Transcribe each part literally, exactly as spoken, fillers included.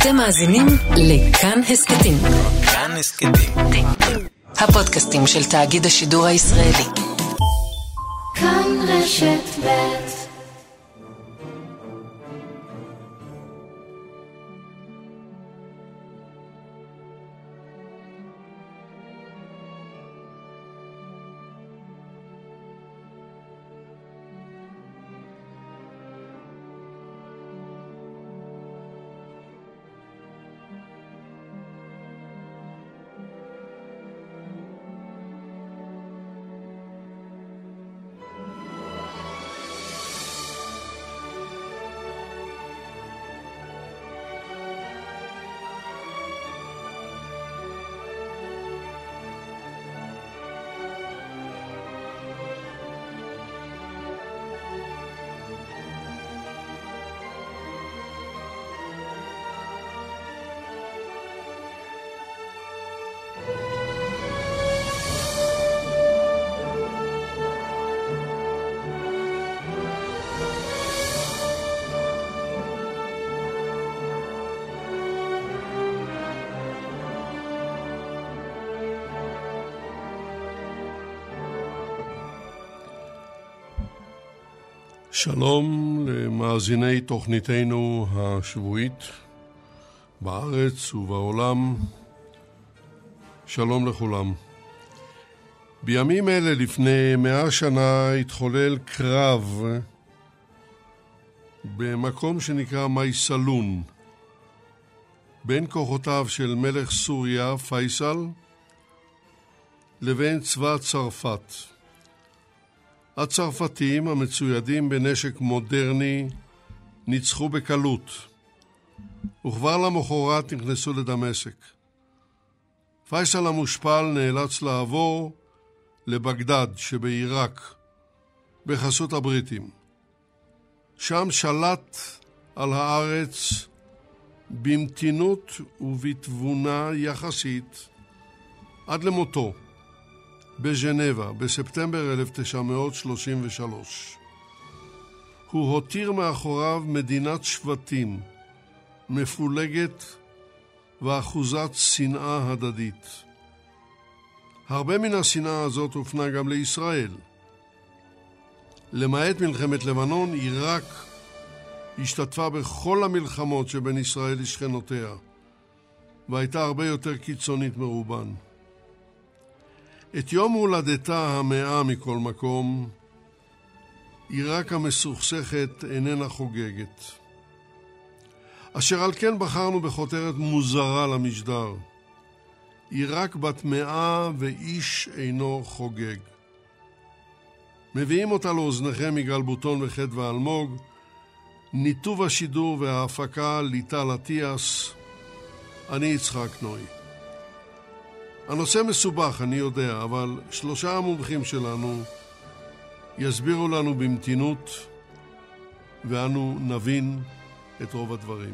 אתם מאזינים לכאן הסקטים. כאן הסקטים. הפודקאסטים של תאגיד השידור הישראלי. כאן רשת ב'. שלום למאזיני תוכניתנו השבועית בארץ ובעולם. שלום לכולם. בימים אלה לפני מאה שנה התחולל קרב במקום שנקרא מייסלון בין כוחותיו של מלך סוריה פייסל לבין צבא צרפת. הצרפתים המצוידים בנשק מודרני ניצחו בקלות, וכבר למחרת נכנסו לדמשק. פייסל המושפל נאלץ לעבור לבגדד שבעיראק בחסות הבריטים. שם שלט על הארץ במתינות ובתבונה יחסית עד למותו בז'נבה בספטמבר אלף תשע מאות שלושים ושלוש. הוא הותיר מאחוריו מדינת שבטים מפולגת ואחוזת שנאה הדדית. הרבה מן השנאה הזאת הופנה גם לישראל. למעט מלחמת לבנון, עיראק השתתפה בכל המלחמות שבין ישראל לשכנותיה, והייתה הרבה יותר קיצונית מרובן. את יום הולדתה המאה מכל מקום, עיראק המסוכסכת איננה חוגגת. אשר על כן בחרנו בכותרת מוזרה למשדר. עיראק בת מאה ואיש אינו חוגג. מביאים אותה לאוזניכם מגל בוטון וחד ואלמוג, ניתוב השידור וההפקה ליטל אטיאס, אני יצחק נוי. הנושא מסובך, אני יודע, אבל שלושה המומחים שלנו יסבירו לנו במתינות, ואנו נבין את רוב הדברים.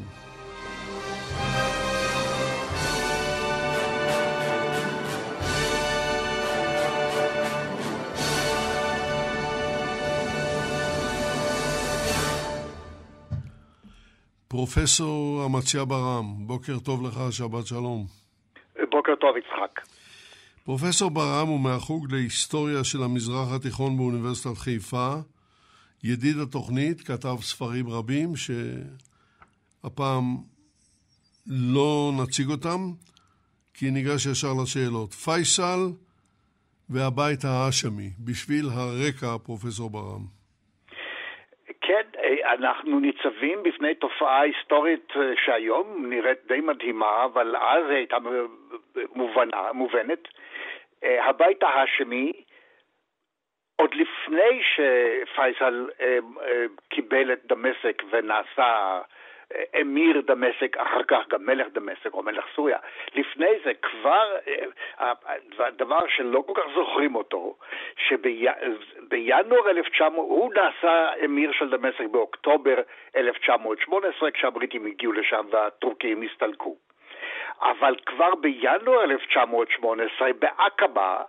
פרופסור אמציה ברם, בוקר טוב לך, שבת שלום. בוקר טוב יצחק. פרופסור ברם הוא מהחוג להיסטוריה של המזרח התיכון באוניברסיטת חיפה, ידיד התוכנית, כתב ספרים רבים שהפעם לא נציג אותם, כי ניגש ישר לשאלות. פייסל והבית האשמי, בשביל הרקע, פרופסור ברם. כן, אנחנו ניצבים בפני תופעה היסטורית שהיום נראית די מדהימה, אבל אז הייתה מובנה, מובנת. הבית האשמי, עוד לפני שפייסל קיבל את דמשק ונעשה אמיר דמשק, אחר כך גם מלך דמשק או מלך סוריה, לפני זה כבר, הדבר שלא כל כך זוכרים אותו, שבינואר אלף תשע מאות, הוא נעשה אמיר של דמשק באוקטובר אלף תשע מאות שמונה עשרה, כשהבריטים הגיעו לשם והטורקים הסתלקו. אבל כבר בינואר אלף תשע מאות שמונה עשרה, בעקבה,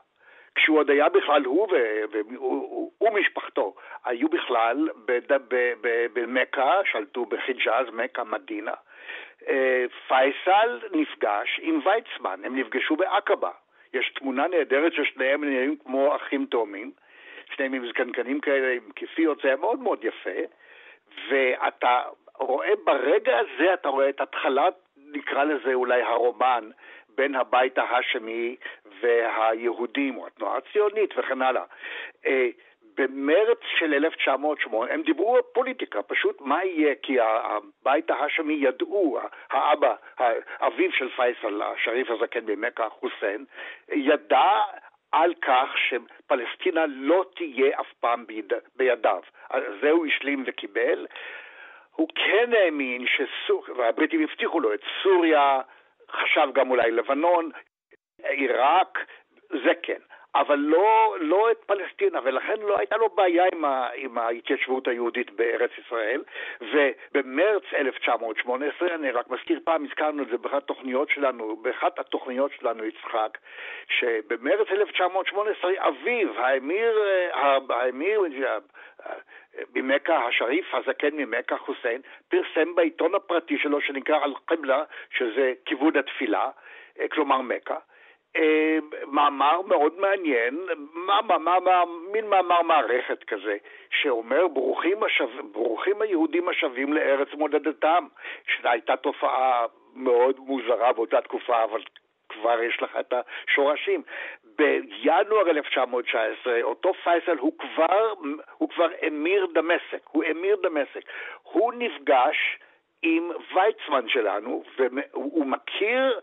כשהוא עוד היה בכלל, הוא ומשפחתו, היו בכלל במכה, שלטו בחיג'אז, מכה, מדינה. פייסל נפגש עם ויצמן, הם נפגשו בעקבה. יש תמונה נהדרת ששניהם נראים כמו אחים תאומים, שניהם עם זקנקנים כאלה, עם כיפיות, זה מאוד מאוד יפה, ואתה רואה ברגע הזה, אתה רואה את התחלת, נקרא לזה אולי הרומן, בין הבית ההשמי והיהודים, או התנועה הציונית וכן הלאה. במרץ של אלף תשע מאות שמונה, הם דיברו על פוליטיקה, פשוט מה יהיה, כי הבית ההשמי ידעו, האבא, האביו של פייסל, השריף הזקן במכה, חוסיין, ידע על כך שפלסטינה לא תהיה אף פעם ביד, בידיו. אז זהו השלים וקיבל. הוא כן האמין שסוריה, והבריטים הבטיחו לו את סוריה, חשב גם אולי לבנון, עיראק, זה כן. אבל לא, לא את פלסטינה, ולכן לא הייתה לו בעיה עם, ה, עם ההתיישבות היהודית בארץ ישראל, ובמרץ אלף תשע מאות שמונה עשרה, אני רק מזכיר פעם, הזכרנו את זה באחת התוכניות שלנו, באחת התוכניות שלנו יצחק, שבמרץ אלף תשע מאות שמונה עשרה, אביו, האמיר, האמיר, במכה, השריף הזקן ממכה, חוסיין, פרסם בעיתון הפרטי שלו, שנקרא אל-קיבלה, שזה כיוון התפילה, כלומר מכה, מאמר מאוד מעניין, מה, מה, מה, מה, מין מאמר מערכת כזה, שאומר ברוכים, השו... ברוכים היהודים השבים לארץ מולדתם, שהייתה תופעה מאוד מוזרה באותה תקופה, אבל כבר יש לך את השורשים. בינואר אלף תשע מאות תשע עשרה, אותו פייסל הוא כבר, הוא כבר אמיר דמשק, הוא אמיר דמשק. הוא נפגש עם ויצמן שלנו, והוא מכיר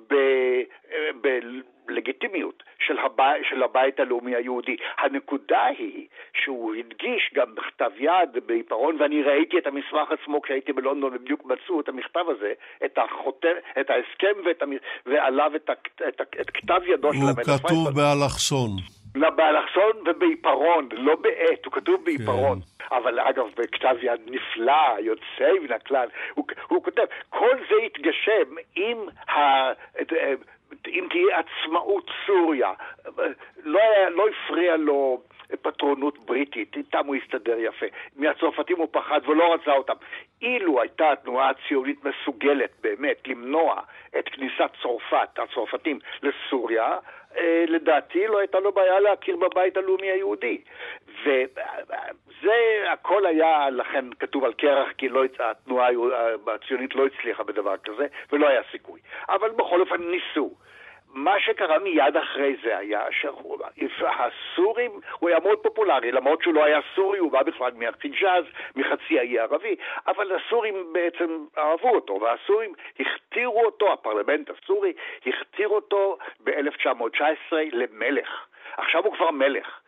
בלגיטימיות של, הבית, של הבית הלאומי היהודי. הנקודה היא שהוא הדגיש גם בכתב יד בעיפרון, ואני ראיתי את המסמך עצמו כשהייתי בלונדון, ובדיוק מצאו את המכתב הזה, את, החותר, את ההסכם ואת, ועליו את, את, את כתב ידו של המלך פייסל. הוא כתוב באלכסון. באלכסון ובעיפרון, לא בעת, הוא כתוב בעיפרון. כן. אבל אגב, בכתב יד נפלא, יוצא מן הכלל, הוא, הוא כותב, כל זה יתגשם עם ה... אם תהיה עצמאות סוריה, לא, לא הפריע לו פטרונות בריטית, איתם הוא הסתדר יפה. מהצרפתים הוא פחד ולא רצה אותם. אילו הייתה התנועה הציונית מסוגלת באמת למנוע את כניסת צרפת, הצרפתים, לסוריה, לדעתי לא הייתה לו בעיה להכיר בבית הלאומי היהודי. וזה הכל היה, לכן כתוב על קרח, כי לא, התנועה הציונית לא הצליחה בדבר כזה, ולא היה סיכוי. אבל בכל אופן ניסו. מה שקרה מיד אחרי זה היה שהסורים, הוא היה מאוד פופולרי, למרות שהוא לא היה סורי, הוא בא בכלל מהחיג'אז, מחצי האי הערבי, אבל הסורים בעצם אהבו אותו, והסורים הכתירו אותו, הפרלמנט הסורי, הכתיר אותו ב-אלף תשע מאות תשע עשרה למלך. עכשיו הוא כבר מלך.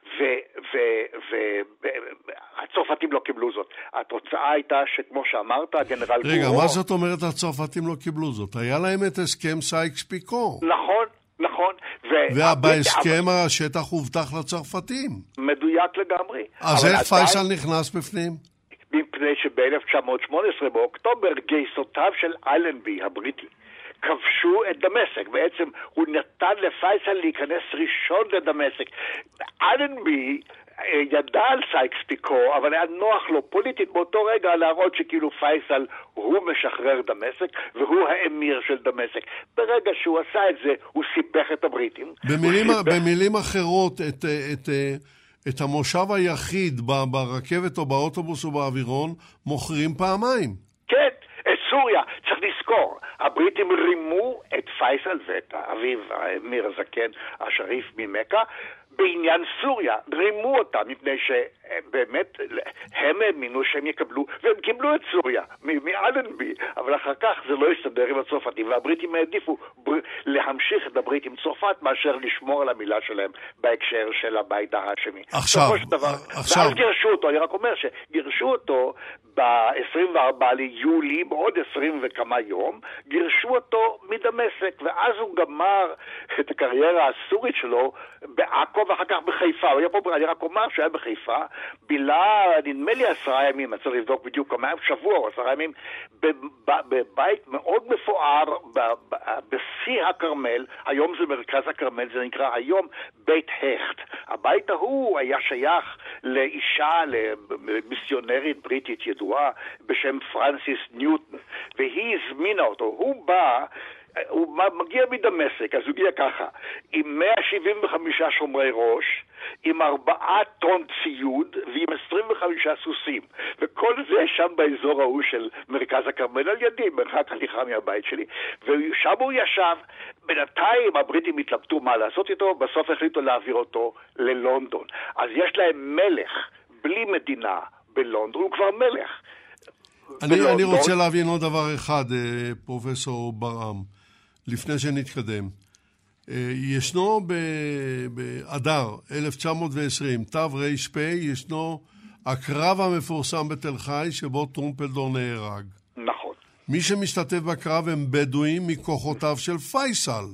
והצרפתים לא קיבלו זאת. התוצאה הייתה שכמו שאמרת, הגנרל גורו... רגע, מה זאת אומרת הצרפתים לא קיבלו זאת? היה להם את הסכם סייקס-פיקו. נכון, נכון. ובהסכם השטח הובטח לצרפתים. מדויק לגמרי. אז איך פייסל נכנס בפנים? מפני שב-אלף תשע מאות שמונה עשרה באוקטובר גייסותיו של אלנבי הבריטי כבשו את דמשק. בעצם הוא נתן לפייסל להיכנס ראשון לדמשק. אלנבי ידע על סייקס-פיקו, אבל היה נוח לו פוליטית באותו רגע להראות שכאילו פייסל הוא משחרר דמשק והוא האמיר של דמשק. ברגע שהוא עשה את זה, הוא סיבך את הבריטים. במילים, סיבך... במילים אחרות, את, את, את המושב היחיד ברכבת או באוטובוס או באווירון מוכרים פעמיים. כן, את סוריה. צריך לזכור, הבריטים רימו את פייסל ואת אביו, האמיר הזקן, השריף ממכה, בעניין סוריה. רימו אותם מפני שבאמת הם האמינו שהם יקבלו, והם קיבלו את סוריה מאלנבי, אבל אחר כך זה לא יסתדר עם הצרפתים, והבריטים העדיפו בר... להמשיך את הברית עם צרפת מאשר לשמור על המילה שלהם בהקשר של הבית ההשמי. עכשיו, עכשיו. ואז גירשו אותו, אני רק אומר שגירשו אותו ב-עשרים וארבעה ליולי, בעוד עשרים וכמה יום, גירשו אותו מדמשק, ואז הוא גמר את הקריירה הסורית שלו בעכו ואחר כך בחיפה. הוא היה פה, אני רק אומר שהיה בחיפה, בילה, נדמה לי עשרה ימים, אני צריך לבדוק בדיוק כמה, שבוע או עשרה ימים, בבית מאוד מפואר, בשיא הכרמל, היום זה מרכז הכרמל, זה נקרא היום בית הכט. הבית ההוא היה שייך לאישה, למיסיונרית בריטית ידועה, בשם פרנסיס ניוטון, והיא הזמינה אותו, הוא בא, הוא מגיע מדמשק, אז הוא הגיע ככה, עם מאה שבעים וחמישה שומרי ראש, עם ארבעה טון ציוד ועם עשרים וחמישה סוסים, וכל זה שם באזור ההוא של מרכז הכרמל על ידי, מרחק הליכה מהבית שלי, ושם הוא ישב. בינתיים הבריטים התלבטו מה לעשות איתו, בסוף החליטו להעביר אותו ללונדון. אז יש להם מלך בלי מדינה בלונדון, הוא כבר מלך. אני, אני רוצה להבין עוד דבר אחד, פרופסור ברעם, לפני שנתקדם. ישנו באדר אלף תשע מאות ועשרים, תו רש פי, ישנו הקרב המפורסם בתל חי שבו טרומפלדור נהרג. נכון. מי שמשתתף בקרב הם בדואים מכוחותיו של פייסל.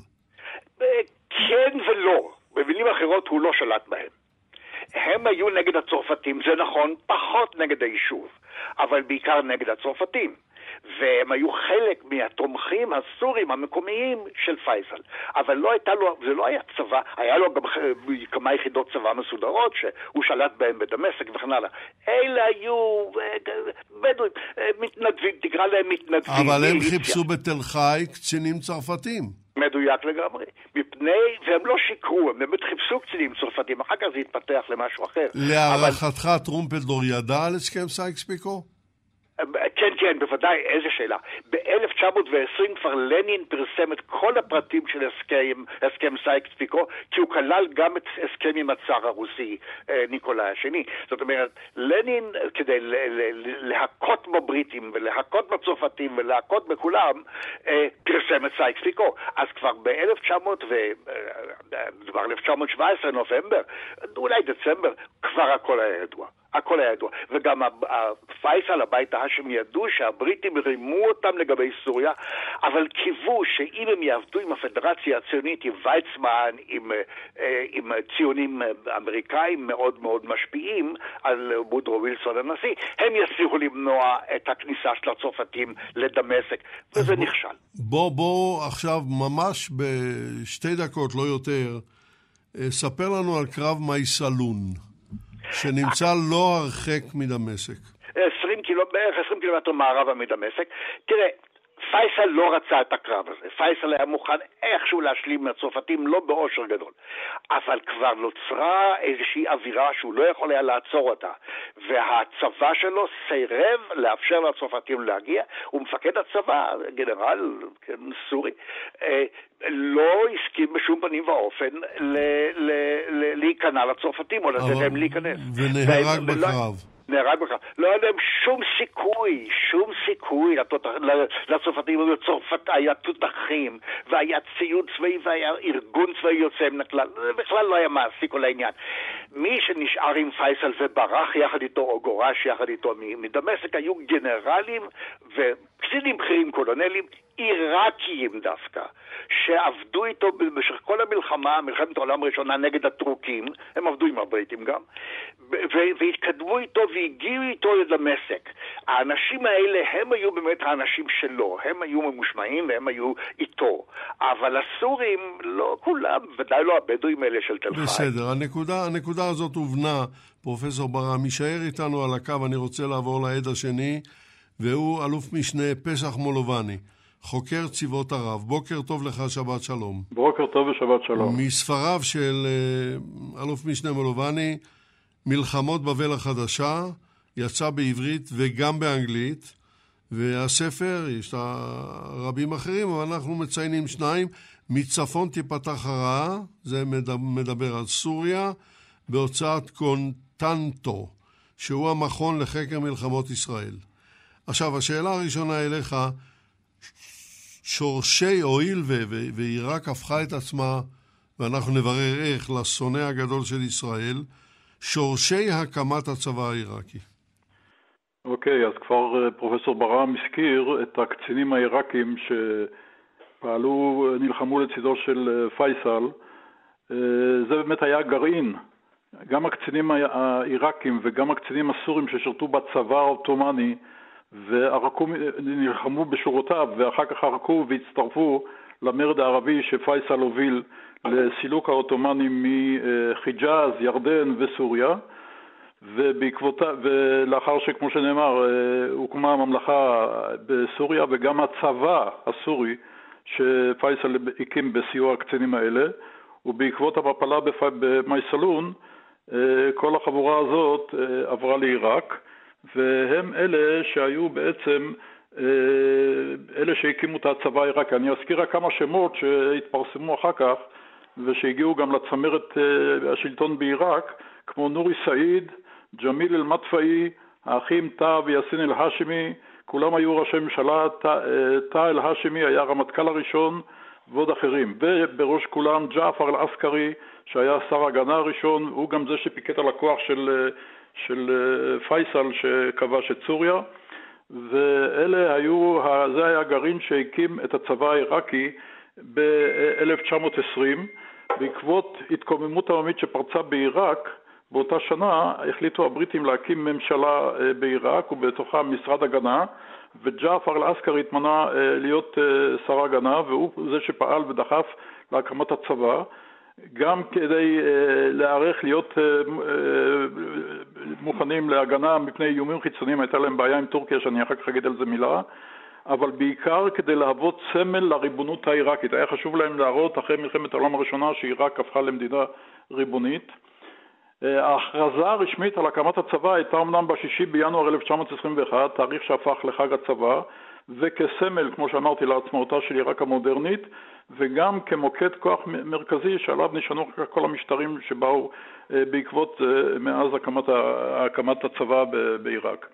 כן ולא. במילים אחרות הוא לא שלט בהם. הם היו נגד הצרפתים, זה נכון, פחות נגד היישוב, אבל בעיקר נגד הצרפתים. והם היו חלק מהתומכים הסורים המקומיים של פייסל. אבל לא הייתה לו, זה לא היה צבא, היה לו גם כמה יחידות צבא מסודרות שהוא שלט בהם בדמשק וכן הלאה. אלה היו בדואים, מתנדבים, תקרא להם מתנדבים. אבל הם חיפשו בתל חי קצינים צרפתים. מדויק לגמרי. מפני, והם לא שיקרו, הם באמת חיפשו קצינים צרפתים, אחר כך זה התפתח למשהו אחר. להערכתך אבל... טרומפלדור ידע על הסכם סייקס-פיקו? כן, כן, בוודאי, איזה שאלה. ב-אלף תשע מאות ועשרים כבר לנין פרסם את כל הפרטים של הסכם, הסכם סייקס-פיקו, כי הוא כלל גם את הסכם עם הצאר הרוסי, ניקולאי השני. זאת אומרת, לנין, כדי להכות בבריטים ולהכות בצרפתים ולהכות בכולם, פרסם את סייקס-פיקו. אז כבר ב-אלף תשע מאות שבע עשרה, נובמבר, אולי דצמבר, כבר הכל היה ידוע. הכל היה ידוע. וגם הפייסל, הבית ההאשמי, ידעו שהבריטים רימו אותם לגבי סוריה, אבל קיוו שאם הם יעבדו עם הפדרציה הציונית, עם ויצמן, עם, עם ציונים אמריקאים מאוד מאוד משפיעים על וודרו וילסון הנשיא, הם יצליחו למנוע את הכניסה של הצרפתים לדמשק, וזה בוא, נכשל. בוא, בוא עכשיו ממש בשתי דקות, לא יותר, ספר לנו על קרב מייסלון. שנמצא לא הרחק מדמשק. עשרים קילומטר, בערך עשרים קילומטר מערבה מדמשק. תראה, פייסל לא רצה את הקרב הזה. פייסל היה מוכן איכשהו להשלים מהצרפתים, לא באושר גדול. אבל כבר נוצרה איזושהי אווירה שהוא לא יכול היה לעצור אותה. והצבא שלו סירב לאפשר לצרפתים להגיע. ומפקד הצבא, גנרל סורי, לא הסכים בשום פנים ואופן להיכנע לצרפתים או לתת להם להיכנס. ונהרג בקרב. נהרג בקרב. לא היה להם שום סיכוי, שום סיכוי לצרפתים. בצרפת היה תותחים, והיה ציוד צבאי, והיה ארגון צבאי יוצא מן הכלל. זה בכלל לא היה מעסיק על העניין. מי שנשאר עם פייסל וברח יחד איתו, או גורש יחד איתו מדמשק, היו גנרלים וקצינים בכירים, קולונלים, עיראקיים דווקא, שעבדו איתו במשך כל המלחמה, מלחמת העולם הראשונה נגד הטורקים, הם עבדו עם הבריטים גם, והתקדמו איתו והגיעו איתו לדמשק. האנשים האלה הם היו באמת האנשים שלו, הם היו ממושמעים והם היו איתו, אבל הסורים לא כולם, ודאי לא הבדואים האלה של תל חי. בסדר, הנקודה, הנקודה הזאת הובנה. פרופסור ברעם, יישאר איתנו על הקו, אני רוצה לעבור לעד השני, והוא אלוף משנה פסח מולובני, חוקר צבאות ערב. בוקר טוב לך, שבת שלום. בוקר טוב ושבת שלום. מספריו של אלוף משנה מולובני, מלחמות בבל החדשה, יצא בעברית וגם באנגלית, והספר, יש לה רבים אחרים, אבל אנחנו מציינים שניים. מצפון תיפתח הרעה, זה מדבר על סוריה, בהוצאת קונטנטו, שהוא המכון לחקר מלחמות ישראל. עכשיו, השאלה הראשונה אליך, שורשי הואיל ועיראק הפכה את עצמה, ואנחנו נברר איך, לשונא הגדול של ישראל, שורשי הקמת הצבא העיראקי. אוקיי, אז כבר פרופסור ברעם הזכיר את הקצינים העיראקים שפעלו, נלחמו לצידו של פייסל. זה באמת היה גרעין גם הקצינים העיראקים וגם הקצינים הסורים ששרתו בצבא העות'מאני וערקו, נלחמו בשורותיו ואחר כך ערקו והצטרפו למרד הערבי שפייסל הוביל לסילוק העות'מאנים מחיג'אז, ירדן וסוריה, ובעקבותה, ולאחר שכמו שנאמר הוקמה הממלכה בסוריה וגם הצבא הסורי שפייסל הקים בסיוע הקצינים האלה, ובעקבות המפלה במייסלון כל החבורה הזאת עברה לעיראק, והם אלה שהיו בעצם אלה שהקימו את הצבא העיראקי. אני אזכיר רק כמה שמות שהתפרסמו אחר כך ושהגיעו גם לצמרת השלטון בעיראק, כמו נורי סעיד, ג'מיל אל-מטפאי, האחים טא ויאסין אל-האשמי, כולם היו ראשי ממשלה. טא אל-האשמי היה הרמטכ"ל הראשון ועוד אחרים, ובראש כולם ג'עפר אל-עסקרי שהיה שר ההגנה הראשון, הוא גם זה שפיקד על הכוח של, של פייסל שכבש את סוריה, ואלה היו, זה היה הגרעין שהקים את הצבא העיראקי ב-אלף תשע מאות עשרים. בעקבות התקוממות עממית שפרצה בעיראק באותה שנה החליטו הבריטים להקים ממשלה בעיראק ובתוכה משרד הגנה, וג'עפר אל-עסקרי התמנה להיות שר הגנה, והוא זה שפעל ודחף להקמת הצבא, גם כדי להערך להיות מוכנים להגנה מפני איומים חיצוניים. הייתה להם בעיה עם טורקיה שאני אחר כך אגיד על זה מילה, אבל בעיקר כדי להוות סמל לריבונות העיראקית. היה חשוב להם להראות אחרי מלחמת העולם הראשונה שעיראק הפכה למדינה ריבונית. ההכרזה הרשמית על הקמת הצבא הייתה אמנם בשישי בינואר אלף תשע מאות עשרים ואחת, תאריך שהפך לחג הצבא, וכסמל, כמו שאמרתי, לעצמאותה של עיראק המודרנית, וגם כמוקד כוח מרכזי שעליו נשענו כל המשטרים שבאו בעקבות מאז הקמת, הקמת הצבא בעיראק.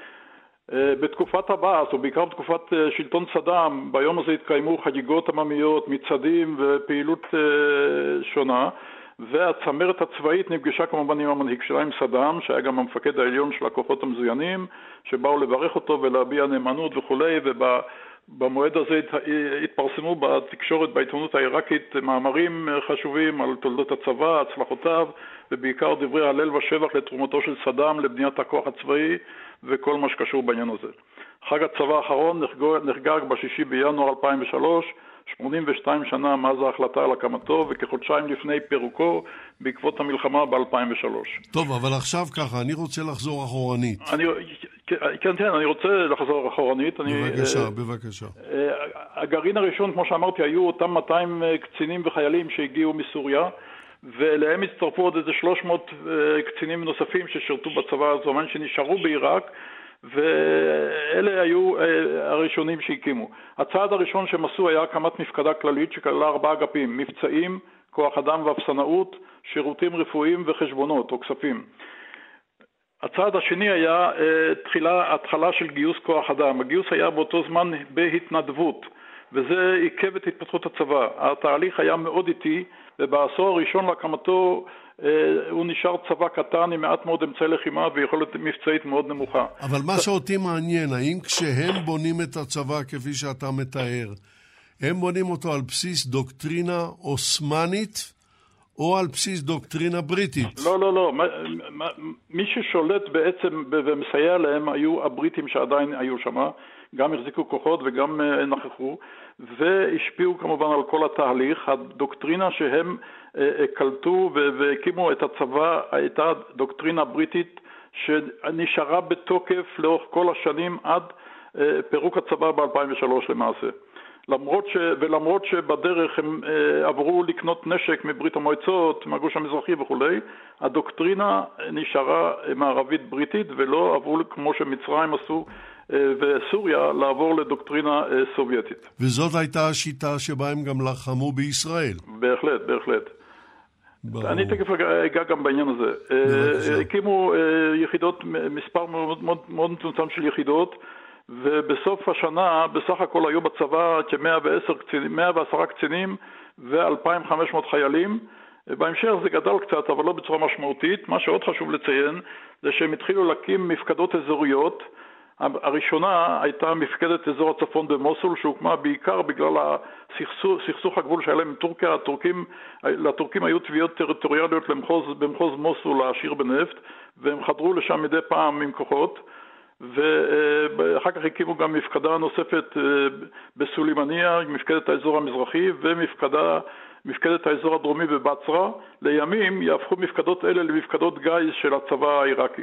בתקופת הבאס, או בעיקר בתקופת שלטון סדאם, ביום הזה התקיימו חגיגות עממיות, מצעדים ופעילות שונה, והצמרת הצבאית נפגשה כמובן עם המנהיג שלה, עם סדאם, שהיה גם המפקד העליון של הכוחות המזוינים, שבאו לברך אותו ולהביע נאמנות וכו'. ובמועד הזה התפרסמו בתקשורת, בעיתונות העיראקית, מאמרים חשובים על תולדות הצבא, הצלחותיו, ובעיקר דברי הלל ושבח לתרומתו של סדאם לבניית הכוח הצבאי וכל מה שקשור בעניין הזה. חג הצבא האחרון נחגג בשישי בינואר אלפיים ושלוש, שמונים ושתיים שנה מאז ההחלטה על הקמתו, וכחודשיים לפני פירוקו בעקבות המלחמה ב-אלפיים ושלוש. טוב, אבל עכשיו ככה, אני רוצה לחזור אחורנית. אני, כן, כן, אני רוצה לחזור אחורנית. בבקשה, אני, בבקשה. הגרעין הראשון, כמו שאמרתי, היו אותם מאתיים קצינים וחיילים שהגיעו מסוריה, ואליהם הצטרפו עוד איזה שלוש מאות קצינים נוספים ששירתו בצבא הזומן שנשארו בעיראק, ואלה היו הראשונים שהקימו. הצעד הראשון שהם עשו היה הקמת מפקדה כללית שכללה ארבעה אגפים: מבצעים, כוח אדם ואפסנאות, שירותים רפואיים וחשבונות או כספים. הצעד השני היה תחילה, התחלה של גיוס כוח אדם. הגיוס היה באותו זמן בהתנדבות, וזה עיכב את התפתחות הצבא. התהליך היה מאוד איטי, ובעשור הראשון להקמתו הוא נשאר צבא קטן עם מעט מאוד אמצעי לחימה ויכולת מבצעית מאוד נמוכה. אבל מה שאותי מעניין, האם כשהם בונים את הצבא כפי שאתה מתאר, הם בונים אותו על בסיס דוקטרינה אוסמנית או על בסיס דוקטרינה בריטית? לא, לא, לא. מי ששולט בעצם ומסייע להם היו הבריטים שעדיין היו שם, גם החזיקו כוחות וגם נכחו, והשפיעו כמובן על כל התהליך. הדוקטרינה שהם קלטו והקימו את הצבא הייתה דוקטרינה בריטית שנשארה בתוקף לאורך כל השנים עד פירוק הצבא ב-אלפיים ושלוש למעשה. למרות ש... ולמרות שבדרך הם עברו לקנות נשק מברית המועצות, מהגוש המזרחי וכו', הדוקטרינה נשארה מערבית בריטית ולא עברו כמו שמצרים עשו וסוריה לעבור לדוקטרינה סובייטית. וזאת הייתה השיטה שבה הם גם לחמו בישראל. בהחלט, בהחלט. ברור. אני תכף אגע גם בעניין הזה. בבקשה. הקימו יחידות, מספר מאוד מאוד, מאוד מצומצם של יחידות, ובסוף השנה בסך הכל היו בצבא כ-מאה ועשר קצינים, מאה ועשרה קצינים ו-אלפיים וחמש מאות חיילים. בהמשך זה גדל קצת, אבל לא בצורה משמעותית. מה שעוד חשוב לציין זה שהם התחילו להקים מפקדות אזוריות, הראשונה הייתה מפקדת אזור הצפון במוסול, שהוקמה בעיקר בגלל הסכסוך, סכסוך הגבול שהיה להם עם טורקיה. הטורקים, לטורקים היו תביעות טריטוריאליות למחוז, במחוז מוסול העשיר בנפט, והם חדרו לשם מדי פעם עם כוחות, ואחר כך הקימו גם מפקדה נוספת בסולימניה, מפקדת האזור המזרחי, ומפקדה מפקדת האזור הדרומי בבצרה. לימים יהפכו מפקדות אלה למפקדות גיס של הצבא העיראקי.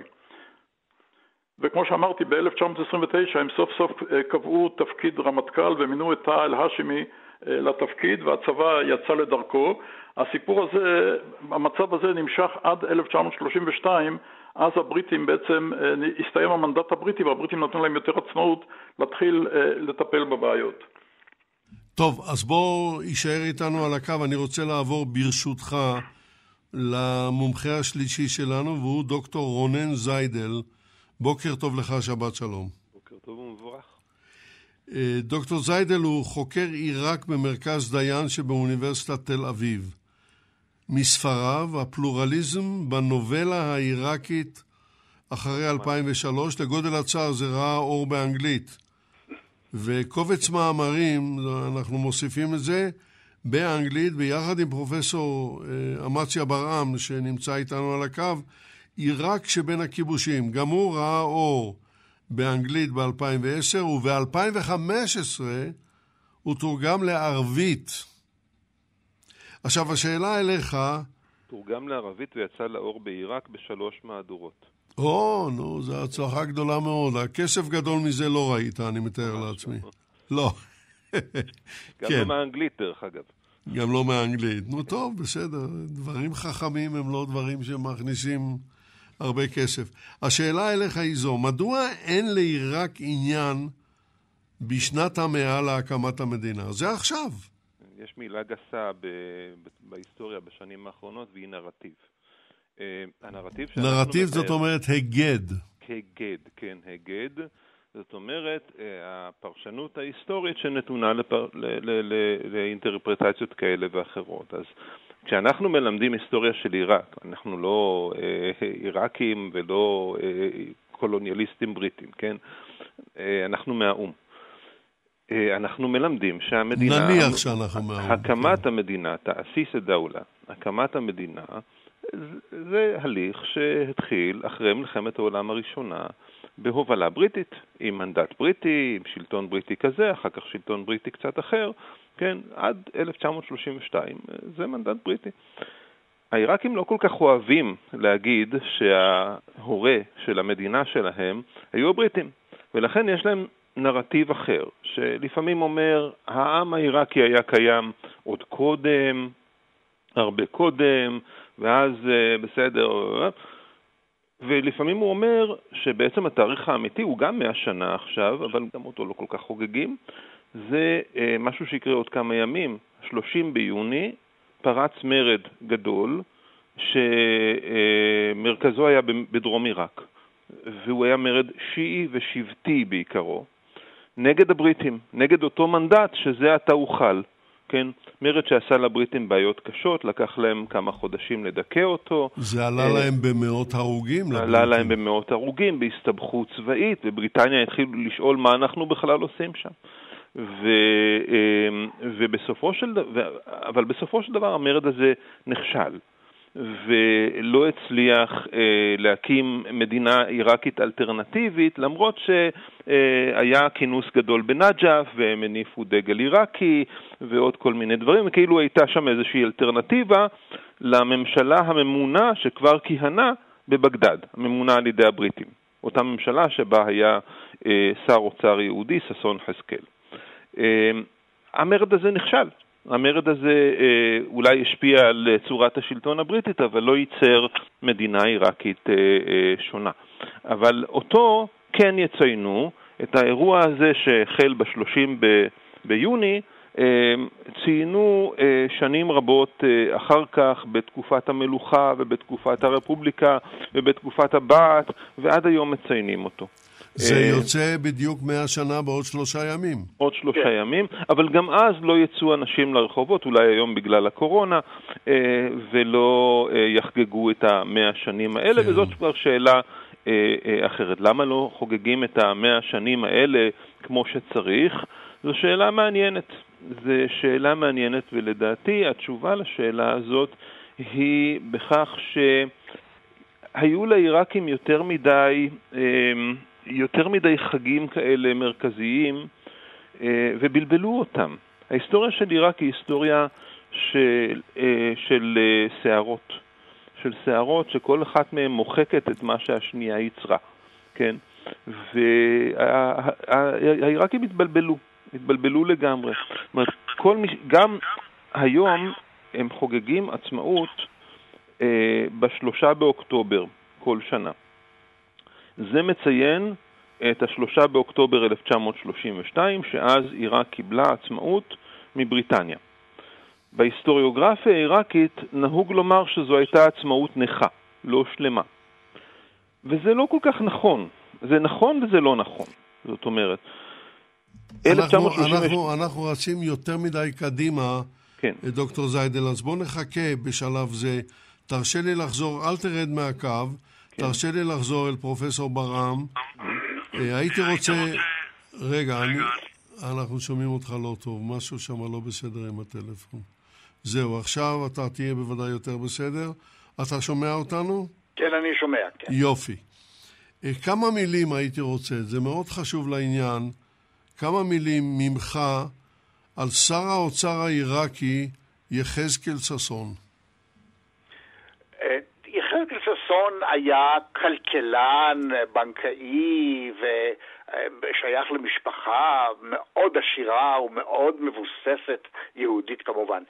וכמו שאמרתי, ב-אלף תשע מאות עשרים ותשע הם סוף סוף קבעו תפקיד רמטכ"ל ומינו את טאה אל-האשמי לתפקיד, והצבא יצא לדרכו. הסיפור הזה, המצב הזה נמשך עד אלף תשע מאות שלושים ושתיים, אז הבריטים בעצם, הסתיים המנדט הבריטי, והבריטים נתנו להם יותר עצמאות להתחיל לטפל בבעיות. טוב, אז בוא יישאר איתנו על הקו. אני רוצה לעבור ברשותך למומחה השלישי שלנו, והוא דוקטור רונן זיידל. בוקר טוב לך, שבת שלום. בוקר טוב ומבורך. דוקטור זיידל הוא חוקר עיראק במרכז דיין שבאוניברסיטת תל אביב. מספריו, הפלורליזם בנובלה העיראקית אחרי אלפיים ושלוש, לגודל הצער זה ראה אור באנגלית. וקובץ מאמרים, אנחנו מוסיפים את זה, באנגלית, ביחד עם פרופסור אמציה ברעם, שנמצא איתנו על הקו, עיראק שבין הכיבושים. גם הוא ראה אור באנגלית ב-אלפיים ועשר, וב-אלפיים וחמש עשרה הוא תורגם לערבית. עכשיו, השאלה אליך... תורגם לערבית ויצא לאור בעיראק בשלוש מהדורות. או, נו, זו הצלחה גדולה מאוד. הכסף גדול מזה לא ראית, אני מתאר לעצמי. לא. גם לא מהאנגלית, דרך אגב. גם לא מהאנגלית. נו, טוב, בסדר. דברים חכמים הם לא דברים שמכניסים הרבה כסף. השאלה אליך היא זו, מדוע אין לעיראק עניין בשנת המאה להקמת המדינה? זה עכשיו. יש מילה גסה ב- ב- בהיסטוריה בשנים האחרונות, והיא נרטיב. Uh, הנרטיב נרטיב זאת מתאר... אומרת הגד. הגד, כן, הגד. זאת אומרת, uh, הפרשנות ההיסטורית שנתונה לפר... ל- ל- ל- לאינטרפרטציות כאלה ואחרות. אז כשאנחנו מלמדים היסטוריה של עיראק, אנחנו לא uh, עיראקים ולא uh, קולוניאליסטים בריטים, כן? Uh, אנחנו מהאום. אנחנו מלמדים שהמדינה... נניח שאנחנו מהאום. הקמת המדינה, תאסיס א-דאולה, הקמת המדינה, זה הליך שהתחיל אחרי מלחמת העולם הראשונה בהובלה בריטית, עם מנדט בריטי, עם שלטון בריטי כזה, אחר כך שלטון בריטי קצת אחר, כן, עד אלף תשע מאות שלושים ושתיים, זה מנדט בריטי. העיראקים לא כל כך אוהבים להגיד שההורה של המדינה שלהם היו הבריטים, ולכן יש להם נרטיב אחר, שלפעמים אומר, העם העיראקי היה קיים עוד קודם, הרבה קודם, ואז בסדר, ולפעמים הוא אומר שבעצם התאריך האמיתי הוא גם מאה שנה עכשיו, אבל גם אותו לא כל כך חוגגים. זה משהו שיקרה עוד כמה ימים, שלושים ביוני, פרץ מרד גדול, שמרכזו היה בדרום עיראק, והוא היה מרד שיעי ושבטי בעיקרו, נגד הבריטים, נגד אותו מנדט שזה עתה הוחל, כן? מרד שעשה לבריטים בעיות קשות, לקח להם כמה חודשים לדכא אותו. זה עלה להם במאות הרוגים? עלה להם במאות הרוגים, בהסתבכות צבאית, ובריטניה התחילו לשאול מה אנחנו בכלל עושים שם. ו, ובסופו של דבר, אבל בסופו של דבר המרד הזה נכשל. ולא הצליח אה, להקים מדינה עיראקית אלטרנטיבית, למרות שהיה כינוס גדול בנג'ף, והם הניפו דגל עיראקי, ועוד כל מיני דברים, וכאילו הייתה שם איזושהי אלטרנטיבה לממשלה הממונה שכבר כיהנה בבגדד, הממונה על ידי הבריטים. אותה ממשלה שבה היה אה, שר אוצר יהודי, ששון חזקאל. אה, המרד הזה נכשל. המרד הזה אה, אולי השפיע על צורת השלטון הבריטית, אבל לא ייצר מדינה עיראקית אה, אה, שונה. אבל אותו כן יציינו, את האירוע הזה שהחל ב-שלושים ביוני, אה, ציינו אה, שנים רבות אה, אחר כך בתקופת המלוכה ובתקופת הרפובליקה ובתקופת הבת, ועד היום מציינים אותו. זה יוצא בדיוק מאה שנה בעוד שלושה ימים. עוד שלושה כן. ימים, אבל גם אז לא יצאו אנשים לרחובות, אולי היום בגלל הקורונה, ולא יחגגו את המאה שנים האלה, כן. וזאת כבר שאלה אה, אה, אחרת. למה לא חוגגים את המאה השנים האלה כמו שצריך? זו שאלה מעניינת. זו שאלה מעניינת, ולדעתי התשובה לשאלה הזאת היא בכך שהיו לעיראקים יותר מדי, יותר מדי חגים כאלה מרכזיים, ובלבלו אותם. ההיסטוריה של עיראק היא היסטוריה של, של שערות, של שערות שכל אחת מהן מוחקת את מה שהשנייה יצרה, כן? והעיראקים התבלבלו. התבלבלו לגמרי. זאת אומרת, כל מש... גם היום הם חוגגים עצמאות אה, בשלושה באוקטובר כל שנה. זה מציין את השלושה באוקטובר אלף תשע מאות שלושים ושתיים, שאז עיראק קיבלה עצמאות מבריטניה. בהיסטוריוגרפיה העיראקית נהוג לומר שזו הייתה עצמאות נכה, לא שלמה. וזה לא כל כך נכון. זה נכון וזה לא נכון. זאת אומרת, אנחנו, אנחנו, אנחנו רצים יותר מדי קדימה, כן. דוקטור זיידל, אז בוא נחכה בשלב זה. תרשה לי לחזור, אל תרד מהקו, כן. תרשה לי לחזור אל פרופסור ברעם. הייתי רוצה... רגע, אני, אנחנו שומעים אותך לא טוב, משהו שם לא בסדר עם הטלפון. זהו, עכשיו אתה תהיה בוודאי יותר בסדר. אתה שומע אותנו? כן, אני שומע, כן. יופי. כמה מילים הייתי רוצה, זה מאוד חשוב לעניין, כמה מילים ממך על שר האוצר העיראקי יחזקאל ששון. יחזקאל ששון היה כלכלן, בנקאי ושייך למשפחה מאוד עשירה ומאוד מבוססת, יהודית כמובן.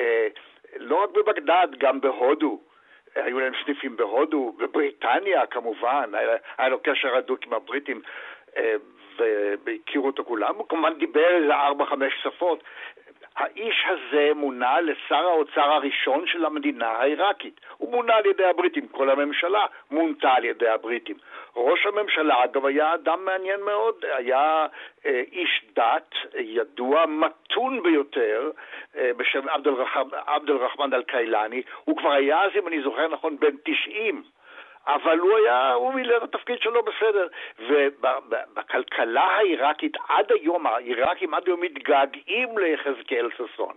לא רק בבגדד, גם בהודו. היו להם סניפים בהודו, בבריטניה כמובן, היה לו קשר הדוק עם הבריטים, והכירו אותו כולם, הוא כמובן דיבר איזה ארבע, חמש שפות. האיש הזה מונה לשר האוצר הראשון של המדינה העיראקית. הוא מונה על ידי הבריטים, כל הממשלה מונתה על ידי הבריטים. ראש הממשלה, אגב, היה אדם מעניין מאוד, היה אה, איש דת, ידוע, מתון ביותר, אה, בשם עבד אל-רחמן אל-קיילני. הוא כבר היה אז, אם אני זוכר נכון, בן תשעים. אבל הוא היה, הוא מילא את התפקיד שלו בסדר. ובכלכלה העיראקית עד היום, העיראקים עד היום מתגעגעים ליחזקאל ששון.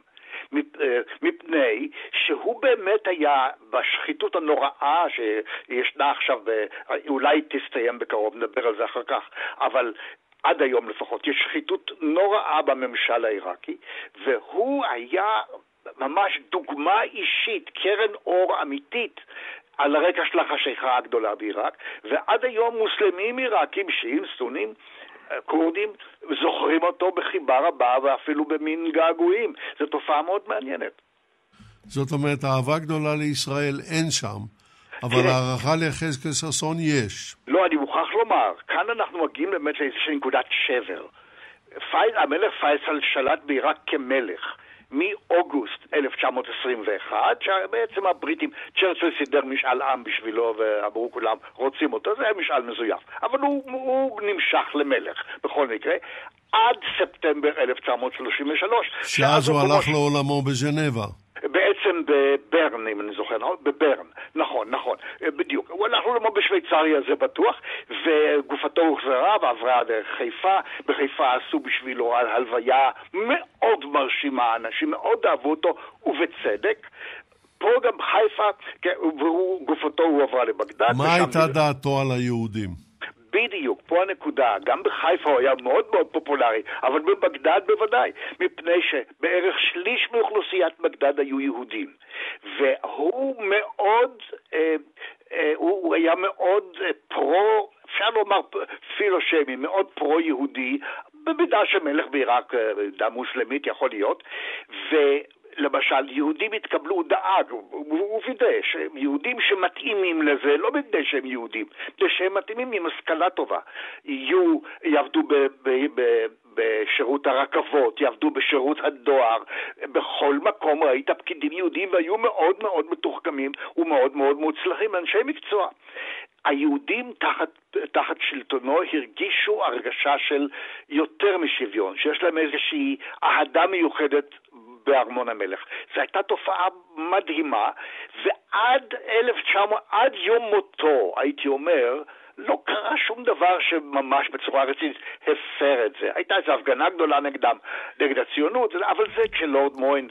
מפני שהוא באמת היה בשחיתות הנוראה שישנה עכשיו, אולי תסתיים בקרוב, נדבר על זה אחר כך, אבל עד היום לפחות יש שחיתות נוראה בממשל העיראקי, והוא היה ממש דוגמה אישית, קרן אור אמיתית, על הרקע של החשיכה הגדולה בעיראק, ועד היום מוסלמים עיראקים, שיעים, סונים, קורדים, זוכרים אותו בחיבה רבה ואפילו במין געגועים. זו תופעה מאוד מעניינת. זאת אומרת, אהבה גדולה לישראל אין שם, אבל הערכה ליחזקאל ששון יש. לא, אני מוכרח לומר, כאן אנחנו מגיעים באמת לאיזושהי נקודת שבר. המלך פייסל שלט בעיראק כמלך. מאוגוסט אלף תשע מאות עשרים ואחת, שבעצם הבריטים, צ'רצ'יל סידר משאל עם בשבילו ואמרו כולם רוצים אותו, זה היה משאל מזויף, אבל הוא, הוא נמשך למלך בכל מקרה, עד ספטמבר אלף תשע מאות שלושים ושלוש. שאז הוא הלך לעולמו בז'נבה. בעצם בברן, אם אני זוכר, בברן, נכון, נכון, בדיוק. הוא הלך לעולמו בשוויצריה, זה בטוח, וגופתו הוחזרה ועברה דרך חיפה. בחיפה עשו בשבילו הלוויה מאוד מרשימה, אנשים מאוד אהבו אותו, ובצדק. פה גם חיפה, וגופתו הוא עברה לבגדד. מה הייתה דעתו על היהודים? בדיוק, פה הנקודה, גם בחיפה הוא היה מאוד מאוד פופולרי, אבל בבגדד בוודאי, מפני שבערך שליש מאוכלוסיית בגדד היו יהודים, והוא מאוד, אה, אה, הוא היה מאוד אה, פרו, אפשר לומר פילושמי, מאוד פרו-יהודי, במידה שמלך בעיראק, דה מוסלמית יכול להיות, ו... למשל, יהודים התקבלו, הוא דאג, הוא וידא שיהודים שמתאימים לזה, לא בגלל שהם יהודים, בגלל שהם מתאימים עם השכלה טובה. יהיו, יעבדו ב, ב, ב, בשירות הרכבות, יעבדו בשירות הדואר, בכל מקום ראית פקידים יהודים והיו מאוד מאוד מתוחכמים ומאוד מאוד מוצלחים, אנשי מקצוע. היהודים תחת, תחת שלטונו הרגישו הרגשה של יותר משוויון, שיש להם איזושהי אהדה מיוחדת בארמון המלך. זו הייתה תופעה מדהימה, ועד אלף תשע מאות, עד יום מותו, הייתי אומר, לא קרה שום דבר שממש בצורה רצינית הפר את זה. הייתה איזו הפגנה גדולה נגדם, נגד הציונות, אבל זה כשלורד מוין,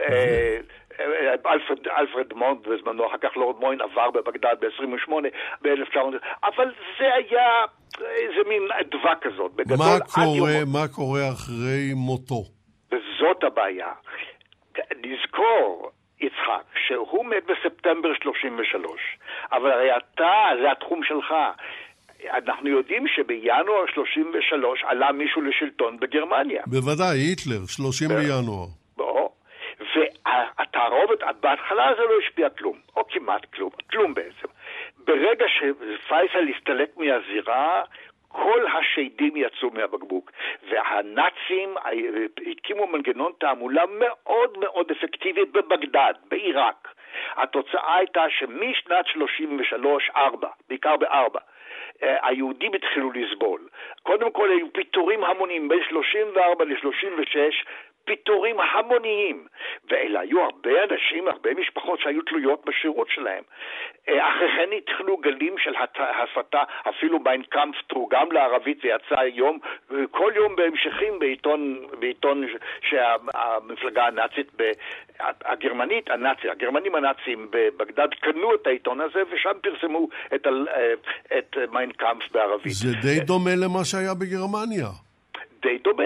אלפרד, אלפרד מונד בזמנו, אחר כך לורד מוין עבר בבגדד ב-עשרים ושמונה, ב-אלף תשע מאות, אבל זה היה איזה מין אדווה כזאת. בגדול, מה קורה, מה קורה אחרי מותו? וזאת הבעיה. נזכור, יצחק, שהוא מת בספטמבר שלושים ושלוש, אבל הרי אתה, זה התחום שלך. אנחנו יודעים שבינואר שלושים ושלוש עלה מישהו לשלטון בגרמניה. בוודאי, היטלר, שלושים בינואר. בוא, והתערובת, בהתחלה זה לא השפיע כלום, או כמעט כלום, כלום בעצם. ברגע שפייסל הסתלק מהזירה, כל השדים יצאו מהבקבוק, והנאצים הקימו מנגנון תעמולה מאוד מאוד אפקטיבית בבגדד, בעיראק. התוצאה הייתה שמשנת שלושים ושלוש, ארבע, בעיקר בארבע, היהודים התחילו לסבול. קודם כל היו פיטורים המוניים בין שלושים וארבע ל-שלושים ושש, פיטורים המוניים, ואלה היו הרבה אנשים, הרבה משפחות שהיו תלויות בשירות שלהם. אחרי כן התחילו גלים של הסתה, אפילו מיין קאמפף תורגם לערבית ויצא היום, כל יום בהמשכים בעיתון, בעיתון שהמפלגה הנאצית, הגרמנית, הנאצית, הגרמנים הנאצים בבגדד קנו את העיתון הזה, ושם פרסמו את, את מיין קאמפף בערבית. זה די דומה למה שהיה בגרמניה. די דומה.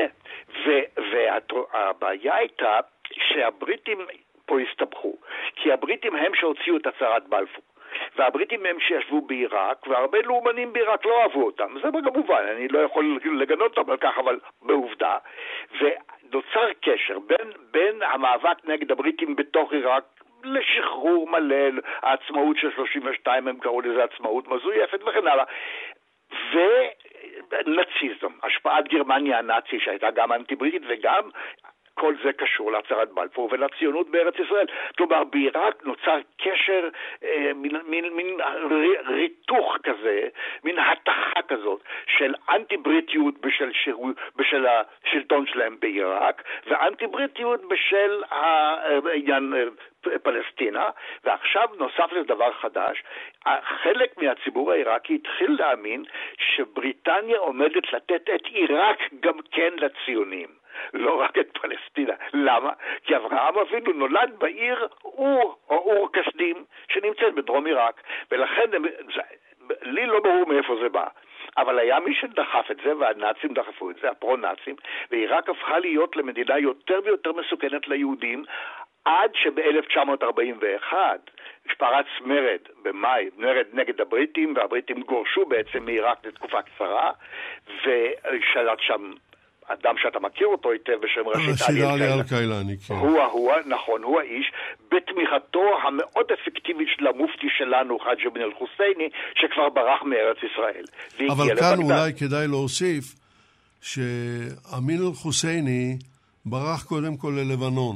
והבעיה הייתה שהבריטים פה הסתבכו, כי הבריטים הם שהוציאו את הצהרת בלפור, והבריטים הם שישבו בעיראק, והרבה לאומנים בעיראק לא אהבו אותם, זה כמובן, אני לא יכול לגנות אותם על כך, אבל בעובדה, ונוצר קשר בין, בין המאבק נגד הבריטים בתוך עיראק, לשחרור מלא, העצמאות של שלושים ושתיים, הם קראו לזה עצמאות מזויפת וכן הלאה, ו... נאציזם, השפעת גרמניה הנאצי שהייתה גם אנטי-בריטית וגם כל זה קשור להצהרת בלפור ולציונות בארץ ישראל. כלומר, בעיראק נוצר קשר, אה, מין, מין, מין ריתוך כזה, מין התחה כזאת של אנטי-בריטיות בשל, שירו, בשל השלטון שלהם בעיראק, ואנטי-בריטיות בשל העניין פלסטינה, ועכשיו נוסף לדבר חדש, חלק מהציבור העיראקי התחיל להאמין שבריטניה עומדת לתת את עיראק גם כן לציונים. לא רק את פלסטינה. למה? כי אברהם אבינו נולד בעיר אור, או אור קסדים, שנמצאת בדרום עיראק, ולכן לי לא ברור מאיפה זה בא. אבל היה מי שדחף את זה, והנאצים דחפו את זה, הפרו-נאצים, ועיראק הפכה להיות למדינה יותר ויותר מסוכנת ליהודים, עד שב-אלף תשע מאות ארבעים ואחת פרץ מרד במאי, מרד נגד הבריטים, והבריטים גורשו בעצם מעיראק לתקופה קצרה, ושלט שם אדם שאתה מכיר אותו היטב בשם ראשית עלי אל-קיילני. הוא, הוא, נכון, הוא האיש, בתמיכתו המאוד אפקטיבית של המופתי שלנו, חאג' אבן אל-חוסייני, שכבר ברח מארץ ישראל. אבל כאן לבגדד. אולי כדאי להוסיף שאמין אל-חוסייני ברח קודם כל ללבנון,